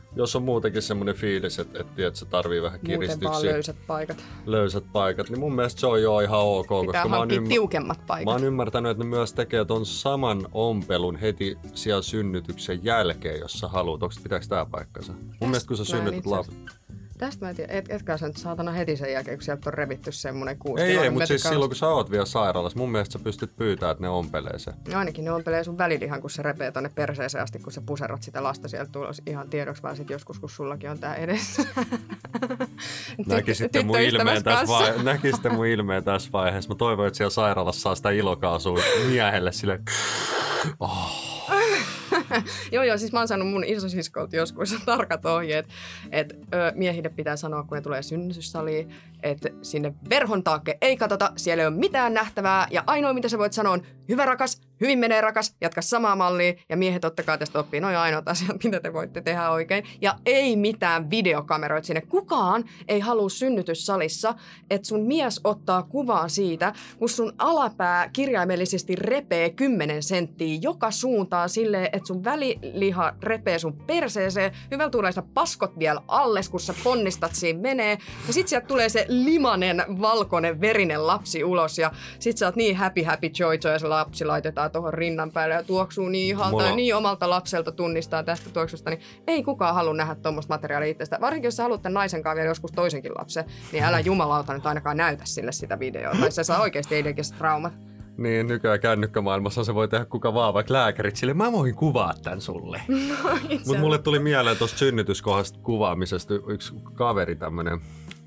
jos on muutenkin semmoinen fiilis, että, että, että se tarvii vähän kiristyksiä. Muuten vaan löysät paikat. Löysät paikat, niin mun mielestä se on jo ihan ok. Pitää koska mä oon, ymmär... tiukemmat paikat. mä oon ymmärtänyt, että ne myös tekee ton saman ompelun heti siellä synnytyksen jälkeen, jos sä haluat. Onko pitääkö tää paikkansa? Mun Täst mielestä kun sä synnytät lapsen. Tästä mä en tiedä, et, etkä sä nyt saatana heti sen jälkeen, kun sieltä on revitty semmonen kuusi. Ei, ei, mutta siis silloin kun sä oot vielä sairaalassa, mun mielestä sä pystyt pyytämään, että ne ompelee se. No ainakin ne ompelee sun välilihan, kun se repee tonne perseeseen asti, kun sä puserrat sitä lasta sieltä tulos ihan tiedoksi vaan sit joskus, kun sullakin on tää edessä. Näkisitte mun ilmeen tässä vai- Näkisitte mun ilmeen tässä vaiheessa. Mä toivon, että siellä sairaalassa saa sitä ilokaasua miehelle silleen. Oh. joo, joo, siis mä oon saanut mun isosiskolta joskus tarkat ohjeet, että miehille pitää sanoa, kun ne tulee synnytyssaliin, että sinne verhon taakke ei katsota, siellä ei ole mitään nähtävää, ja ainoa mitä sä voit sanoa on, hyvä rakas, hyvin menee rakas, jatka samaa mallia, ja miehet ottakaa tästä oppii, noin ainoat asiat, mitä te voitte tehdä oikein, ja ei mitään videokameroita sinne. Kukaan ei halua synnytyssalissa, että sun mies ottaa kuvaa siitä, kun sun alapää kirjaimellisesti repee kymmenen senttiä joka suuntaan silleen, että sun väliliha repee sun perseeseen, hyvällä tulee sitä paskot vielä alles, kun sä ponnistat siinä menee, ja sit sieltä tulee se limanen, valkoinen, verinen lapsi ulos, ja sit sä oot niin happy, happy, joy, joy, ja se lapsi laitetaan tuohon rinnan päälle ja tuoksuu niin ihalta Mulla... ja niin omalta lapselta tunnistaa tästä tuoksusta, niin ei kukaan halua nähdä tuommoista materiaalia itsestä. Varsinkin jos sä haluat tämän naisen kanssa vielä joskus toisenkin lapsen, niin älä jumalauta nyt ainakaan näytä sille sitä videoa, tai se saa oikeasti idekiset traumat. Niin, nykyään kännykkämaailmassa se voi tehdä kuka vaan, vaikka lääkärit sille, mä voin kuvaa tän sulle. No, Mutta mulle tuli mieleen tuosta synnytyskohdasta kuvaamisesta yksi kaveri, tämmönen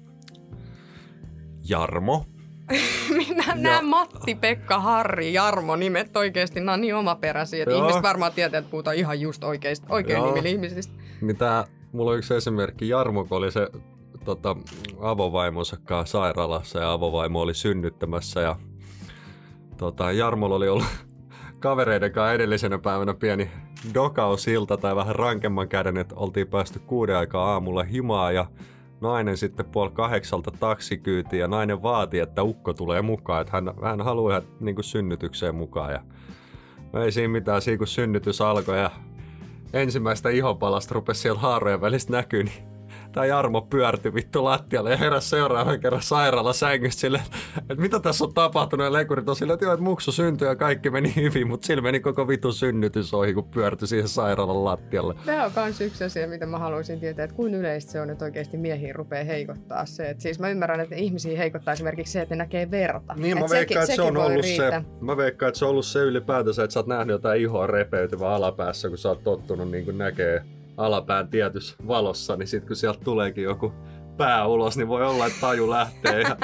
Jarmo. Minä nämä Matti, Pekka, Harri, Jarmo nimet oikeesti, nämä on niin omaperäisiä, että ihmiset varmaan tietää, että puhutaan ihan just oikeist, oikein nimillä ihmisistä. Niin tää, mulla on yksi esimerkki, Jarmo, kun oli se tota, avovaimonsa kanssa sairaalassa ja avovaimo oli synnyttämässä ja tota, Jarmolla oli ollut kavereiden kanssa edellisenä päivänä pieni dokausilta tai vähän rankemman käden, että oltiin päästy kuuden aikaa aamulla himaa ja nainen sitten puoli kahdeksalta taksikyytiin ja nainen vaati, että ukko tulee mukaan, että hän, hän haluaa niin kuin synnytykseen mukaan. Ja no ei siinä mitään, siinä kun synnytys alkoi ja ensimmäistä ihopalasta rupesi siellä haarojen välistä näkyy, niin tää Jarmo pyörtyi vittu lattialle ja heräsi seuraavan kerran sairaala sängystä silleen, että mitä tässä on tapahtunut ja lekurit on silleen, että joo, että muksu syntyi ja kaikki meni hyvin, mutta sillä meni koko vittu synnytys ohi, kun pyörtyi siihen sairaalan lattialle. Tämä on kans yksi asia, mitä mä haluaisin tietää, että kuinka yleistä se on, että oikeasti miehiin rupeaa heikottaa se. Että siis mä ymmärrän, että ihmisiä heikottaa esimerkiksi se, että ne näkee verta. Niin, mä veikkaan, että se on ollut se, mä veikkaan, että se on ollut se ylipäätänsä, että sä oot nähnyt jotain ihoa repeytyvää alapäässä, kun sä oot tottunut niin kuin näkee alapään tietyssä valossa, niin sit kun sieltä tuleekin joku pää ulos, niin voi olla, että taju lähtee. Ja...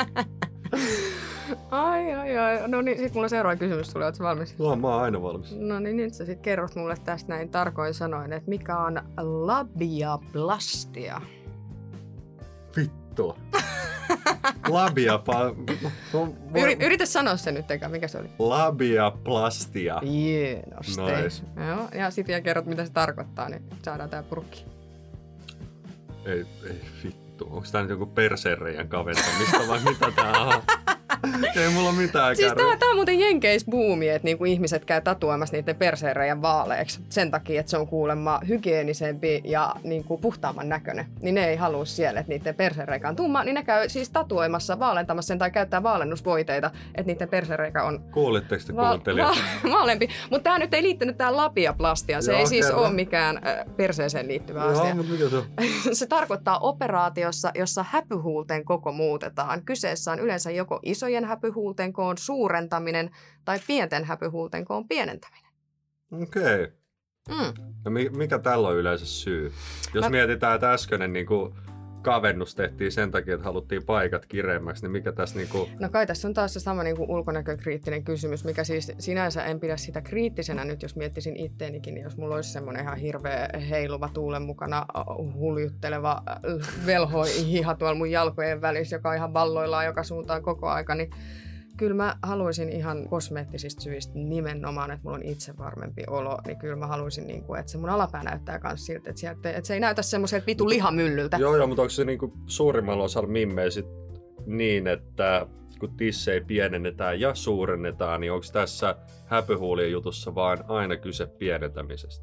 ai, ai, ai. No niin, sit mulla seuraava kysymys tulee. Ootko valmis? No, mä oon aina valmis. No niin, nyt sä sit kerrot mulle tästä näin tarkoin sanoin, että mikä on labiaplastia? Vittua. Labiapa... No, voi... Yri, yritä sanoa se nyt eka, mikä se oli? Labiaplastia. Hienosti. Nice. Joo, ja sit vielä kerrot, mitä se tarkoittaa, niin saadaan tää purkki. Ei, ei vittu. Onko tää nyt joku persereijän kaventamista vai mitä tää on? Ei mulla mitään siis kärryä. Tää, tää on muuten jenkeisbuumi, että niinku ihmiset käy tatuoimassa niiden persereijän vaaleeksi sen takia, että se on kuulemma hygienisempi ja niinku puhtaamman näköinen. Niin ne ei halua siellä, että niiden persereikä on tumma, niin ne käy siis tatuoimassa, vaalentamassa sen tai käyttää vaalennusvoiteita, että niiden persereikä on... Kuulitteko te kuuntelijat? Va- vaalempi. Mutta tää nyt ei liittynyt tähän labiaplastiaan. Se Joo, ei siis kerran. ole mikään äh, perseeseen liittyvä Joo, asia. Mutta mikä se on? Se tarkoittaa operaatiossa, jossa häpyhuulten koko muutetaan. Kyseessä on yleensä joko isojen häpyhuulten koon suurentaminen tai pienten häpyhuulten koon pienentäminen. Okei. Okay. Mm. No mikä tällä on yleensä syy? Jos Mä... mietitään, että äskeinen niin kuin kavennus tehtiin sen takia, että haluttiin paikat kireemmäksi, niin mikä tässä niinku... No kai tässä on taas se sama niinku ulkonäkökriittinen kysymys, mikä siis sinänsä en pidä sitä kriittisenä nyt, jos miettisin itteenikin, niin jos mulla olisi semmoinen ihan hirveä heiluva tuulen mukana huljutteleva velho hiha tuolla mun jalkojen välissä, joka ihan valloillaan joka suuntaan koko aika, niin kyllä mä haluaisin ihan kosmeettisista syistä nimenomaan, että mulla on itse varmempi olo, niin kyllä mä haluaisin, niin kuin, että se mun alapää näyttää myös siltä, että, sieltä, että se ei näytä semmoiselta vitu lihamyllyltä. Joo, joo, mutta onko se niin kuin suurimmalla osalla mimmejä sit niin, että kun tissejä pienennetään ja suurennetaan, niin onko tässä häpyhuulien jutussa vaan aina kyse pienentämisestä?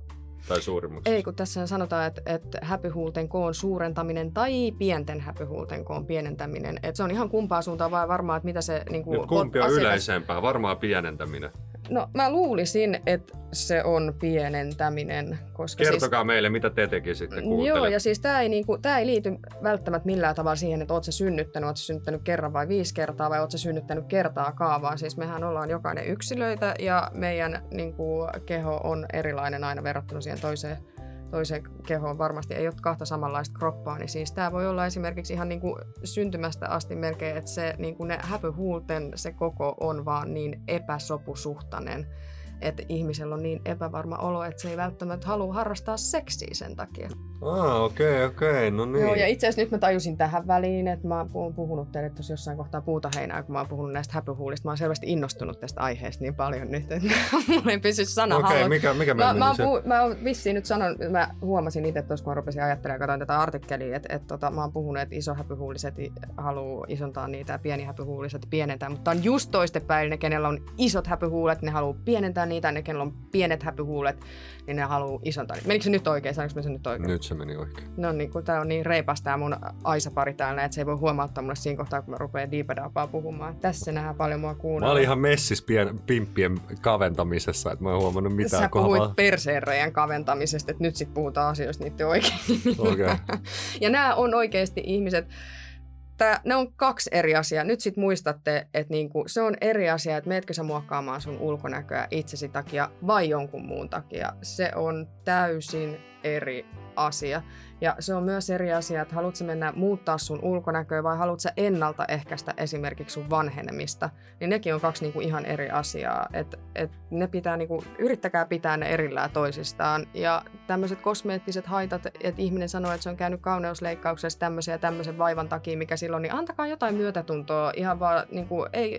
tai suurimmaksi? Ei, kun tässä sanotaan, että, että häpyhuulten koon suurentaminen tai pienten häpyhuulten koon pienentäminen. Että se on ihan kumpaa suuntaan vai varmaan, että mitä se... Niin kuin, Nyt kumpi on asiakas... yleisempää? Varmaan pienentäminen. No mä luulisin, että se on pienentäminen. Koska Kertokaa siis... meille, mitä te tekisitte kuuntelet. Joo, ja siis tää ei, niinku, tää ei liity välttämättä millään tavalla siihen, että oot sä synnyttänyt, oot sä synnyttänyt kerran vai viisi kertaa vai oot sä synnyttänyt kertaakaan, vaan siis mehän ollaan jokainen yksilöitä ja meidän niinku, keho on erilainen aina verrattuna siihen toiseen, toiseen kehoon. Varmasti ei ole kahta samanlaista kroppaa, niin siis tää voi olla esimerkiksi ihan niinku syntymästä asti melkein, että se niinku ne häpyhuulten se koko on vaan niin epäsopusuhtainen, että ihmisellä on niin epävarma olo, että se ei välttämättä halua harrastaa seksiä sen takia. Ah, okei, okay, okei, okay, no niin. Joo, ja itse asiassa nyt mä tajusin tähän väliin, että mä oon puhunut teille tuossa jossain kohtaa puutaheinää, kun mä oon puhunut näistä häpyhuulista. Mä oon selvästi innostunut tästä aiheesta niin paljon nyt, että mulla ei pysy sana Okei, okay, mikä, mikä mä, mä, se? puhu, mä oon vissiin nyt sanon, mä huomasin itse tuossa, kun mä rupesin ajattelemaan ja katsoin tätä artikkelia, että, että tota, mä oon puhunut, että isohäpyhuuliset haluaa isontaa niitä ja pienihäpyhuuliset pienentää, mutta on just toistepäin, ne kenellä on isot häpyhuulet, ne haluaa pienentää niitä, ne kenellä on pienet häpyhuulet, niin ne haluaa isontaa niitä. Menikö se nyt oikein? Saanko mä sen nyt oikein? Nyt se meni oikein. No niin, kun tää on niin reipas tää mun Aisa-pari täällä, että se ei voi huomauttaa mulle siinä kohtaa, kun mä rupean diipadaapaa puhumaan. Tässä nähdään paljon mua kuunnella. Mä olin ihan messis pien, pimppien kaventamisessa, että mä en huomannut mitään. Sä kohdalla. puhuit perseenreiän kaventamisesta, että nyt sit puhutaan asioista niiden oikein. Okay. Ja nämä on oikeasti ihmiset, tää, ne on kaksi eri asiaa. Nyt sit muistatte, että niinku, se on eri asia, että meetkö sä muokkaamaan sun ulkonäköä itsesi takia vai jonkun muun takia. Se on täysin eri asia. Ja se on myös eri asia, että haluatko mennä muuttaa sun ulkonäköä vai haluatko sä ennaltaehkäistä esimerkiksi sun vanhenemista. Niin nekin on kaksi niinku ihan eri asiaa. Et, et ne pitää, niinku, yrittäkää pitää ne erillään toisistaan. Ja tämmöiset kosmeettiset haitat, että ihminen sanoo, että se on käynyt kauneusleikkauksessa tämmöisen ja tämmöisen vaivan takia, mikä silloin, niin antakaa jotain myötätuntoa. Ihan vaan, niinku, ei...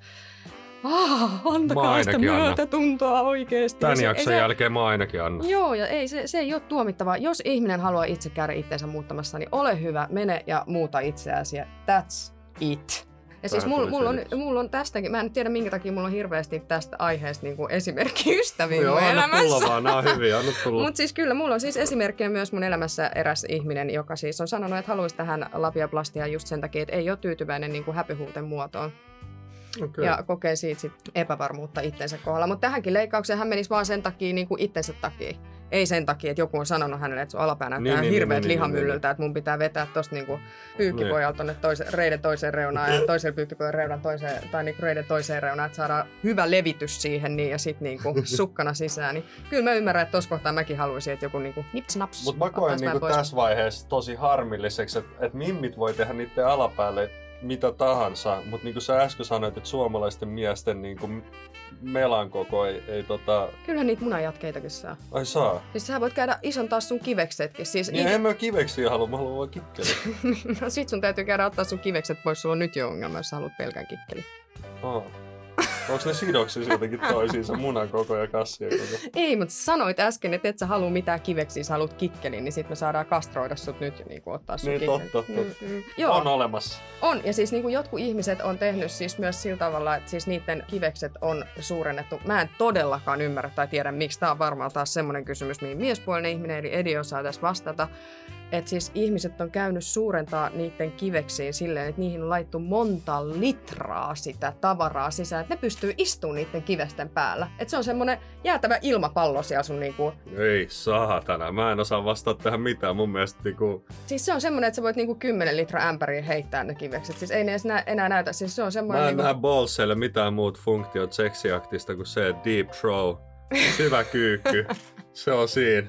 Ah, antakaa sitä myötätuntoa oikeesti. Tän se, jakson se, jälkeen mä ainakin annan. Joo, ja ei, se, se ei ole tuomittavaa. Jos ihminen haluaa itse käydä itseensä muuttamassa, niin ole hyvä, mene ja muuta itseäsi. That's it. Ja siis mulla mul on, mul on tästäkin, mä en tiedä minkä takia mulla on hirveästi tästä aiheesta niin esimerkkiystäviä no, mun anna elämässä. Tulla vaan, nää on hyviä, anna tulla. Mutta siis kyllä, mulla on siis esimerkkinä myös mun elämässä eräs ihminen, joka siis on sanonut, että haluaisi tähän labiaplastiaan just sen takia, että ei ole tyytyväinen niin kuin häpyhuulten muotoon. Okay. Ja kokee siitä sit epävarmuutta itsensä kohdalla. Mutta tähänkin leikkaukseen hän menisi vaan sen takia niin kuin itsensä takia. Ei sen takia, että joku on sanonut hänelle, että sun alapää näyttää niin, hirveät niin, lihamyllyltä, niin, että mun pitää vetää tosta niinku pyykkipojalta tonne toise, reiden toiseen reunaan ja toiselle pyykkipojan reunan toiseen, tai niinku reiden toiseen reunaan, että saadaan hyvä levitys siihen niin, ja sit niinku sukkana sisään. Niin kyllä mä ymmärrän, että tossa kohtaa mäkin haluaisin, että joku niinku nips naps. Mutta mä koen niinku tässä vaiheessa tosi harmilliseksi, että et mimmit voi tehdä niiden alapäälle mitä tahansa, mutta niin kuin sä äsken sanoit, että suomalaisten miesten niin kuin melan koko ei, ei tota... Kyllähän niitä munajatkeitakin saa. Ai saa? Siis sä voit käydä isontaa sun kiveksetkin. Siis niin it... en mä kiveksiä halua, mä haluan vaan kikkeli. No sit sun täytyy käydä ottaa sun kivekset pois, sulla on nyt jo ongelma, jos sä haluat pelkän kikkeli. Oh. Onko ne sidoksissa jotenkin toisiinsa, munan koko ja kassien koko? Ei, mutta sanoit äsken, että et sä halua mitään kiveksiä, sä haluat kikkelin, niin sit me saadaan kastroida sut nyt ja niin ottaa sun niin, kikkeli. Niin, totta, totta. Mm, mm. On olemassa. On, ja siis niin kuin jotkut ihmiset on tehnyt siis myös sillä tavalla, että siis niiden kivekset on suurennettu. Mä en todellakaan ymmärrä tai tiedä, miksi. Tää on varmaan taas semmoinen kysymys, mihin miespuolinen ihminen, eli Edi osaa tässä vastata. Että siis ihmiset on käynyt suurentaa niiden kiveksiin silleen, että niihin on laittu monta litraa sitä tavaraa sisään, että ne pystyy istumaan niiden kivesten päällä. Että se on semmoinen jäätävä ilmapallo siellä sun niinku... Ei saatana, mä en osaa vastata tähän mitään, mun mielestä niinku... Siis se on semmoinen, että sä voit niinku kymmenen litraa ämpäriä heittää ne kivekset. Siis ei ne edes nä- enää näytä, siis se on semmoinen... Mä en niinku... näe ballseille mitään muut funktiot seksiaktista kuin se deep throw, syvä kyykky, se on siinä.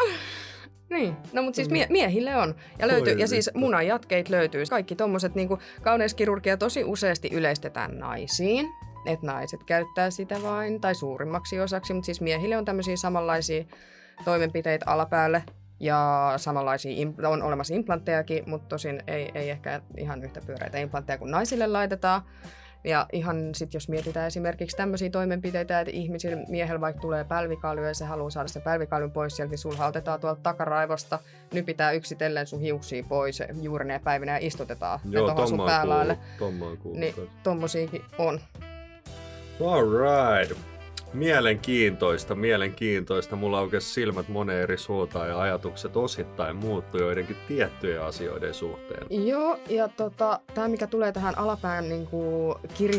Niin, no mutta siis mie- miehille on. Ja, löytyy, ja siis munajatkeit löytyy. Kaikki tommoset niinku kauneuskirurgia tosi useasti yleistetään naisiin. Että naiset käyttää sitä vain, tai suurimmaksi osaksi. Mutta siis miehille on tämmöisiä samanlaisia toimenpiteitä alapäälle. Ja samanlaisia, on olemassa implanttejakin, mutta tosin ei, ei ehkä ihan yhtä pyöreitä implantteja kuin naisille laitetaan. Ja ihan sit jos mietitään esimerkiksi tämmöisiä toimenpiteitä, että ihmisillä miehellä vaikka tulee pälvikalju ja se haluaa saada se pälvikaljun pois sieltä, niin sulha otetaan tuolta takaraivosta, nypitään yksitellen sun hiuksia pois juuri ne päivinä ja istutetaan ne tohon sun päälaille. Tommoin kuuluu. Niin tommosiakin on. Alright. Mielenkiintoista, mielenkiintoista. Mulla aukesi silmät moneen eri suuntaan ja ajatukset osittain muuttui joidenkin tiettyjen asioiden suhteen. Joo, ja tota, tämä mikä tulee tähän alapään niin kuin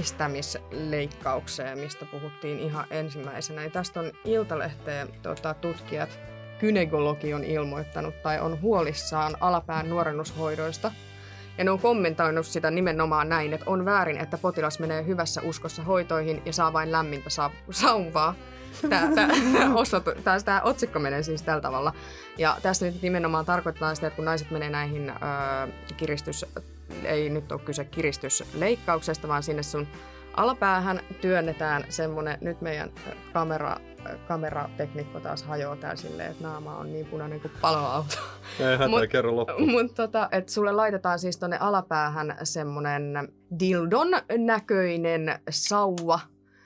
kiristämisleikkaukseen, mistä puhuttiin ihan ensimmäisenä, niin tästä on Iltalehteen tota, tutkijat, gynekologi on ilmoittanut tai on huolissaan alapään nuorennushoidoista. Ja ne on kommentoinut sitä nimenomaan näin, että on väärin, että potilas menee hyvässä uskossa hoitoihin ja saa vain lämmintä sa- sauvaa. Tämä, tämä, tämä, tämä otsikko menee siis tällä tavalla. Ja tässä nyt nimenomaan tarkoittaa sitä, että kun naiset menee näihin ö, kiristys... Ei nyt ole kyse kiristysleikkauksesta, vaan sinne sun alapäähän työnnetään semmoinen... Nyt meidän kamera... kamerateknikko taas hajoaa täällä silleen, että naama on niin punainen kuin paloauto. Ei hätää, kerro loppuun. Mutta tota, että sulle laitetaan siis tonne alapäähän semmonen dildon näköinen sauva,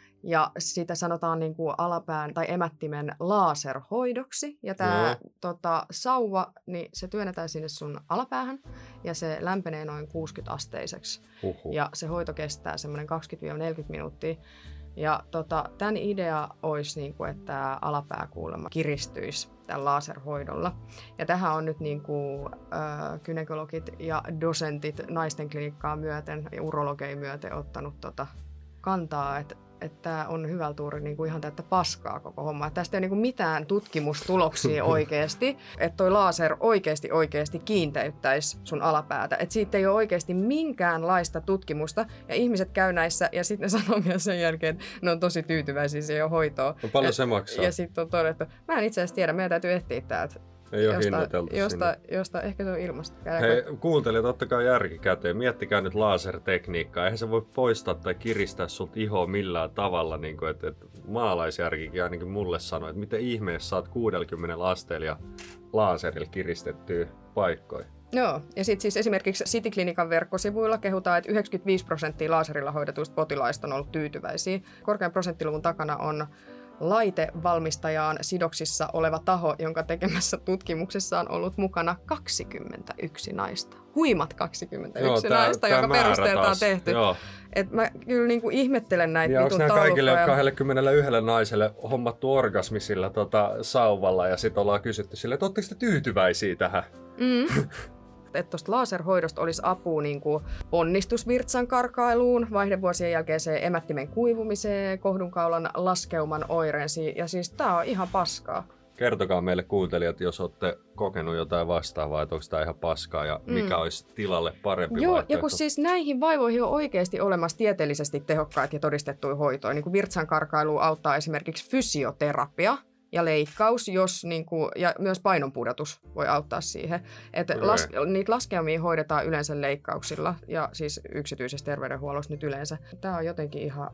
ja sitä sanotaan niin kuin alapään tai emättimen laserhoidoksi. Ja tämä no. tota, sauva, niin se työnnetään sinne sun alapäähän, ja se lämpenee noin kuusikymmentä asteiseksi. Uhuh. Ja se hoito kestää semmoinen kaksikymmentä neljäkymmentä minuuttia. Ja tota, tämän idea olisi, niin kuin, että alapää kuulemma kiristyisi tällä laserhoidolla. Ja tähän on nyt niin kuin, äh, gynekologit ja dosentit naisten klinikkaa myöten ja urologeja myöten ottanut tota, kantaa, että että tämä on hyvällä tuuri niin kuin ihan täyttä paskaa koko homma. Että tästä ei ole niin kuin mitään tutkimustuloksia oikeasti, että toi laser oikeasti oikeasti kiinteyttäisi sun alapäätä. Että siitä ei ole oikeasti minkäänlaista tutkimusta, ja ihmiset käy näissä, ja sitten ne sanoo myös sen jälkeen, että ne on tosi tyytyväisiä siihen hoitoon. No paljon se maksaa? Ja sitten on todettu, mä en itse asiassa tiedä, meidän täytyy etsiä täältä. Ei ole hinnoiteltu josta, josta, ehkä se on ilmasta. Hei, kuuntelijat, ottakaa järki käteen. Miettikää nyt lasertekniikkaa. Eihän se voi poistaa tai kiristää sulta ihoa millään tavalla. Niin kuin, että, että maalaisjärkikin ainakin mulle sanoi, että miten ihmeessä saat kuusikymmentä asteella ja laserilla kiristettyä paikkoja. Joo, ja sitten siis esimerkiksi City-klinikan verkkosivuilla kehutaan, että yhdeksänkymmentäviisi prosenttia laserilla hoidetuista potilaista on ollut tyytyväisiä. Korkean prosenttiluvun takana on laitevalmistajaan sidoksissa oleva taho, jonka tekemässä tutkimuksessa on ollut mukana kaksikymmentäyksi naista. Huimat kaksikymmentäyksi Joo, naista, tää, jonka perusteelta on tehty. Et mä kyllä niinku ihmettelen näitä ja vitun taulukoja. Onko kaikille kaksikymmentäyksi naiselle hommattu orgasmisilla tota, sauvalla ja sitten ollaan kysytty silleen, että ootteko te tyytyväisiä tähän? Mm. Että tuosta laserhoidosta olisi apua niin kuin ponnistusvirtsan karkailuun, vaihdevuosien jälkeiseen emättimen kuivumiseen, kohdunkaulan laskeuman oireisiin. Ja siis tää on ihan paskaa. Kertokaa meille kuuntelijat, jos olette kokenut jotain vastaavaa, että onko tämä ihan paskaa ja mikä mm. olisi tilalle parempi Joo, vaihtoehto. ja kun siis näihin vaivoihin on oikeasti olemassa tieteellisesti tehokkaita ja todistettuja hoitoja. Niin kuin virtsan karkailu auttaa esimerkiksi fysioterapia ja leikkaus, jos, niin kuin, ja myös painonpudotus voi auttaa siihen. Että las, niitä laskeumia hoidetaan yleensä leikkauksilla ja siis yksityisessä terveydenhuollossa nyt yleensä. Tämä on jotenkin ihan...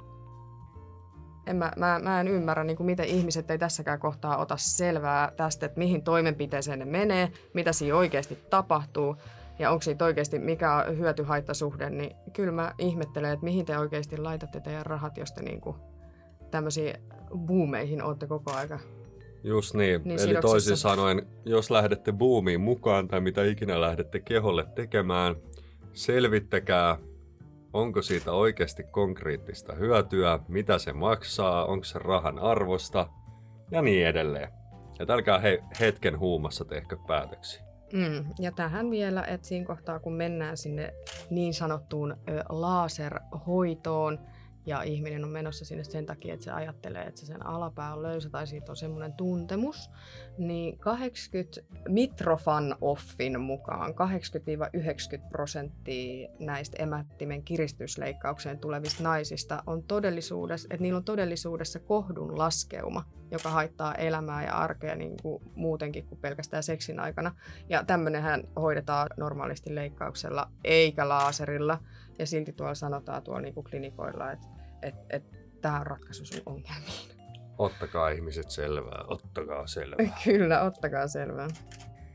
En mä, mä, mä en ymmärrä, niin kuin miten ihmiset ei tässäkään kohtaa ota selvää tästä, että mihin toimenpiteeseen ne menee, mitä siinä oikeasti tapahtuu ja onko siitä oikeasti mikä on hyöty-haittasuhde, niin kyllä mä ihmettelen, että mihin te oikeasti laitatte teidän rahat, jos te niin kuin tämmöisiin buumeihin ootte koko aika. Just niin. niin Eli toisin sanoen, jos lähdette buumiin mukaan tai mitä ikinä lähdette keholle tekemään, selvittäkää, onko siitä oikeasti konkreettista hyötyä, mitä se maksaa, onko se rahan arvosta ja niin edelleen. Ja älkää he, hetken huumassa tehkö päätöksiä. Mm, ja tähän vielä, että siinä kohtaa kun mennään sinne niin sanottuun ö, laserhoitoon, ja ihminen on menossa sinne sen takia, että se ajattelee, että se sen alapää on löysä tai siitä on semmoinen tuntemus, niin kahdeksankymmentä Mitrofan-offin mukaan kahdeksankymmentä yhdeksänkymmentä prosenttia näistä emättimen kiristysleikkaukseen tulevista naisista on todellisuudessa, että niillä on todellisuudessa kohdun laskeuma, joka haittaa elämää ja arkea niin kuin muutenkin kuin pelkästään seksin aikana. Ja tämmöinenhän hoidetaan normaalisti leikkauksella eikä laaserilla. Ja silti tuolla sanotaan tuolla niin kuin klinikoilla, että et, et, tämä on ratkaisu sun ongelmiin. Ottakaa ihmiset selvää, ottakaa selvää. Kyllä, ottakaa selvää.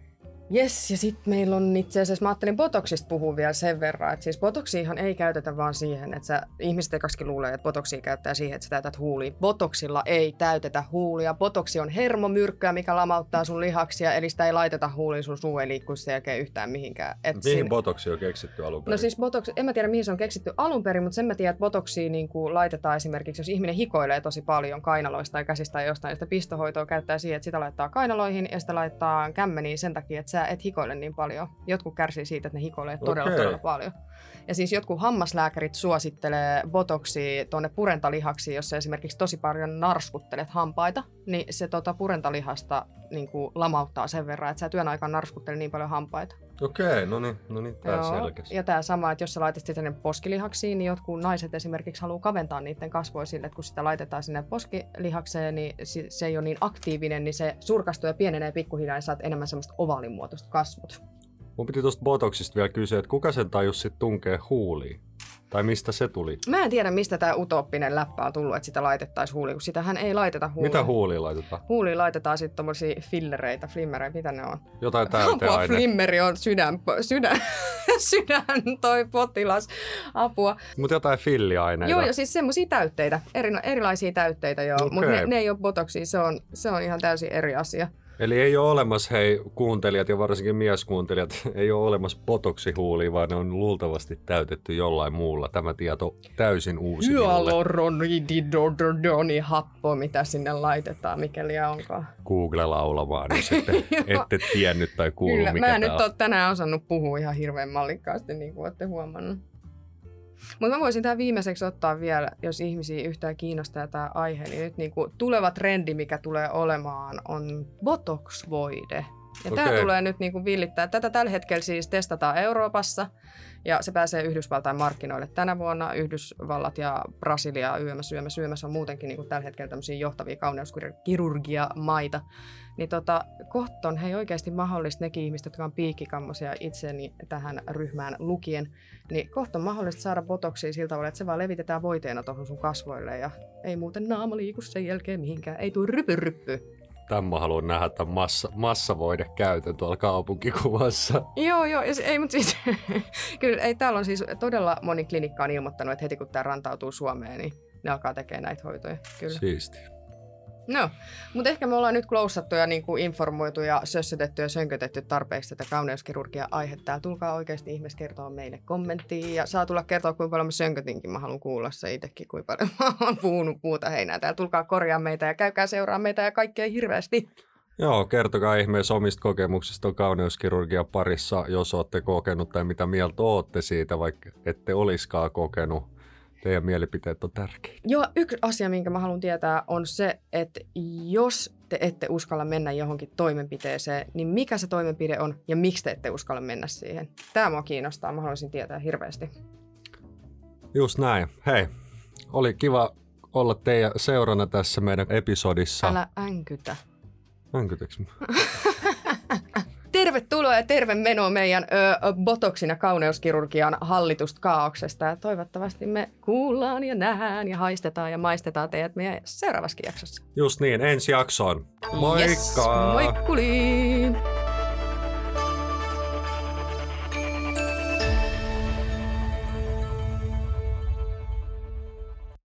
Jes, ja sitten meillä on itse asiassa, mä ajattelin botoksista puhua vielä sen verran, että siis botoksiahan ei käytetä vaan siihen, että sä, ihmiset ekaksikin luulee, että botoksia käyttää siihen, että sä täytät huulia. Botoksilla ei täytetä huulia. Botoksi on hermomyrkkyä, mikä lamauttaa sun lihaksia, eli sitä ei laiteta huuliin, sun suu ei liikkuu sen jälkeen yhtään mihinkään. Et mihin siinä... botoksi on keksitty alun perin? No siis botoksi, en mä tiedä mihin se on keksitty alun perin, mutta sen mä tiedän, että botoksia niin kuin laitetaan esimerkiksi, jos ihminen hikoilee tosi paljon kainaloista tai käsistä tai jostain, sitä pistohoitoa käyttää siihen, että sitä laittaa kainaloihin ja sitä laittaa kämmeniin sen takia, että sä et hikoile niin paljon. Jotkut kärsii siitä, että ne hikoilee todella, okay. todella paljon. Ja siis jotkut hammaslääkärit suosittelee botoksia tuonne purentalihaksiin, jos sä esimerkiksi tosi paljon narskuttelet hampaita, niin se tota purentalihasta niin kuin lamauttaa sen verran, että sä työn aikaan narskuttele niin paljon hampaita. Okei, no niin, no niin, tää selkeästi. Ja tää sama, että jos sä laitat sitä sinne poskilihaksiin, niin jotkut naiset esimerkiksi haluaa kaventaa niiden kasvoja sille, että kun sitä laitetaan sinne poskilihakseen, niin se ei ole niin aktiivinen, niin se surkastuu ja pienenee pikkuhiljaa ja saat enemmän semmoista ovaalimuotoista kasvot. Mun piti tuosta botoksista vielä kysyä, että kuka sen tajus sit tunkee huuliin? Tai mistä se tuli? Mä en tiedä, mistä tää utooppinen läppä on tullut, että sitä laitettaisiin huuliin, kun sitähän ei laiteta huuliin. Mitä huuliin laitetaan? Huuliin laitetaan sitten tommosia fillereitä, flimmereitä, mitä ne on? Jotain täyteaine. Apua, flimmeri on sydän, sydän, sydän toi potilas, apua. Mutta jotain filliaineita. Joo, jo, siis semmosia täytteitä, eri, erilaisia täytteitä joo, okay. Mutta ne, ne ei ole botoksia, se on, se on ihan täysin eri asia. Eli ei ole olemassa, hei kuuntelijat ja varsinkin mieskuuntelijat, ei ole olemassa botoksihuulia, vaan ne on luultavasti täytetty jollain muulla. Tämä tieto täysin uusi minulle. Hyaluronididodonihappo, mitä sinne laitetaan, mikäli onkaan. Google laulamaan, jos ette, ette tiennyt tai kuullut, Kyllä, mikä mä tämä nyt ole tänään osannut puhua ihan hirveän mallikkaasti, niin kuin olette huomannut. Mutta mä voisin tähän viimeiseksi ottaa vielä, jos ihmisiä yhtään kiinnostaa tämä aihe, niin nyt niin kuin tuleva trendi, mikä tulee olemaan, on botox-voide. Ja okay. Tämä tulee nyt niin kuin villittää. Tätä tällä hetkellä siis testataan Euroopassa ja se pääsee Yhdysvaltain markkinoille tänä vuonna. Yhdysvallat ja Brasilia yömässä, yömässä, yömässä on muutenkin niin kuin tällä hetkellä tämmöisiä johtavia kauneuskirurgia-maita. Niin tota, kohta on hei oikeasti mahdollista nekin ihmiset, jotka on piikkikammoisia itseni tähän ryhmään lukien, niin kohta on mahdollista saada botoksia sillä tavalla, että se vaan levitetään voiteena tuohon sun kasvoille ja ei muuten naama liiku sen jälkeen mihinkään, ei tule rypy-ryppy. Tämän mä haluan nähdä tämän massa, massavoide käytön tuolla kaupunkikuvassa. Joo, joo, ja se, ei, mutta siis, kyllä ei, täällä on siis todella moni klinikka on ilmoittanut, että heti kun tämä rantautuu Suomeen, niin ne alkaa tekemään näitä hoitoja. Kyllä. Siistiä. No, mutta ehkä me ollaan nyt klousattu ja niin kuin informoitu ja sössötetty ja sönkötetty tarpeeksi tätä kauneuskirurgia-aihetta. Tulkaa oikeasti ihmeessä kertoa meille kommenttiin ja saa tulla kertoa, kuinka paljon mä sönkötinkin. Mä haluan kuulla se itsekin, kuinka paljon mä oon puhunut puuta heinää. Täällä tulkaa korjaa meitä ja käykää seuraa meitä ja kaikkea hirveästi. Joo, kertokaa ihmeessä omista kokemuksista kauneuskirurgian parissa, jos olette kokenut tai mitä mieltä ootte siitä, vaikka ette olisikaan kokenut. Teidän mielipiteet on tärkeitä. Joo, yksi asia, minkä mä haluan tietää, on se, että jos te ette uskalla mennä johonkin toimenpiteeseen, niin mikä se toimenpide on ja miksi te ette uskalla mennä siihen? Tämä mua kiinnostaa, mä haluaisin tietää hirveästi. Just näin. Hei, oli kiva olla teidän seurana tässä meidän episodissa. Älä änkytä. Änkytäks mä? Tervetuloa ja terve meno meidän ö, botoksin ja kauneuskirurgian hallitusta kaauksesta. Ja toivottavasti me kuullaan ja nähdään ja haistetaan ja maistetaan teidät meidän seuraavassakin jaksossa. Just niin, ensi jaksoon. Moikka! Yes, moikkuliin!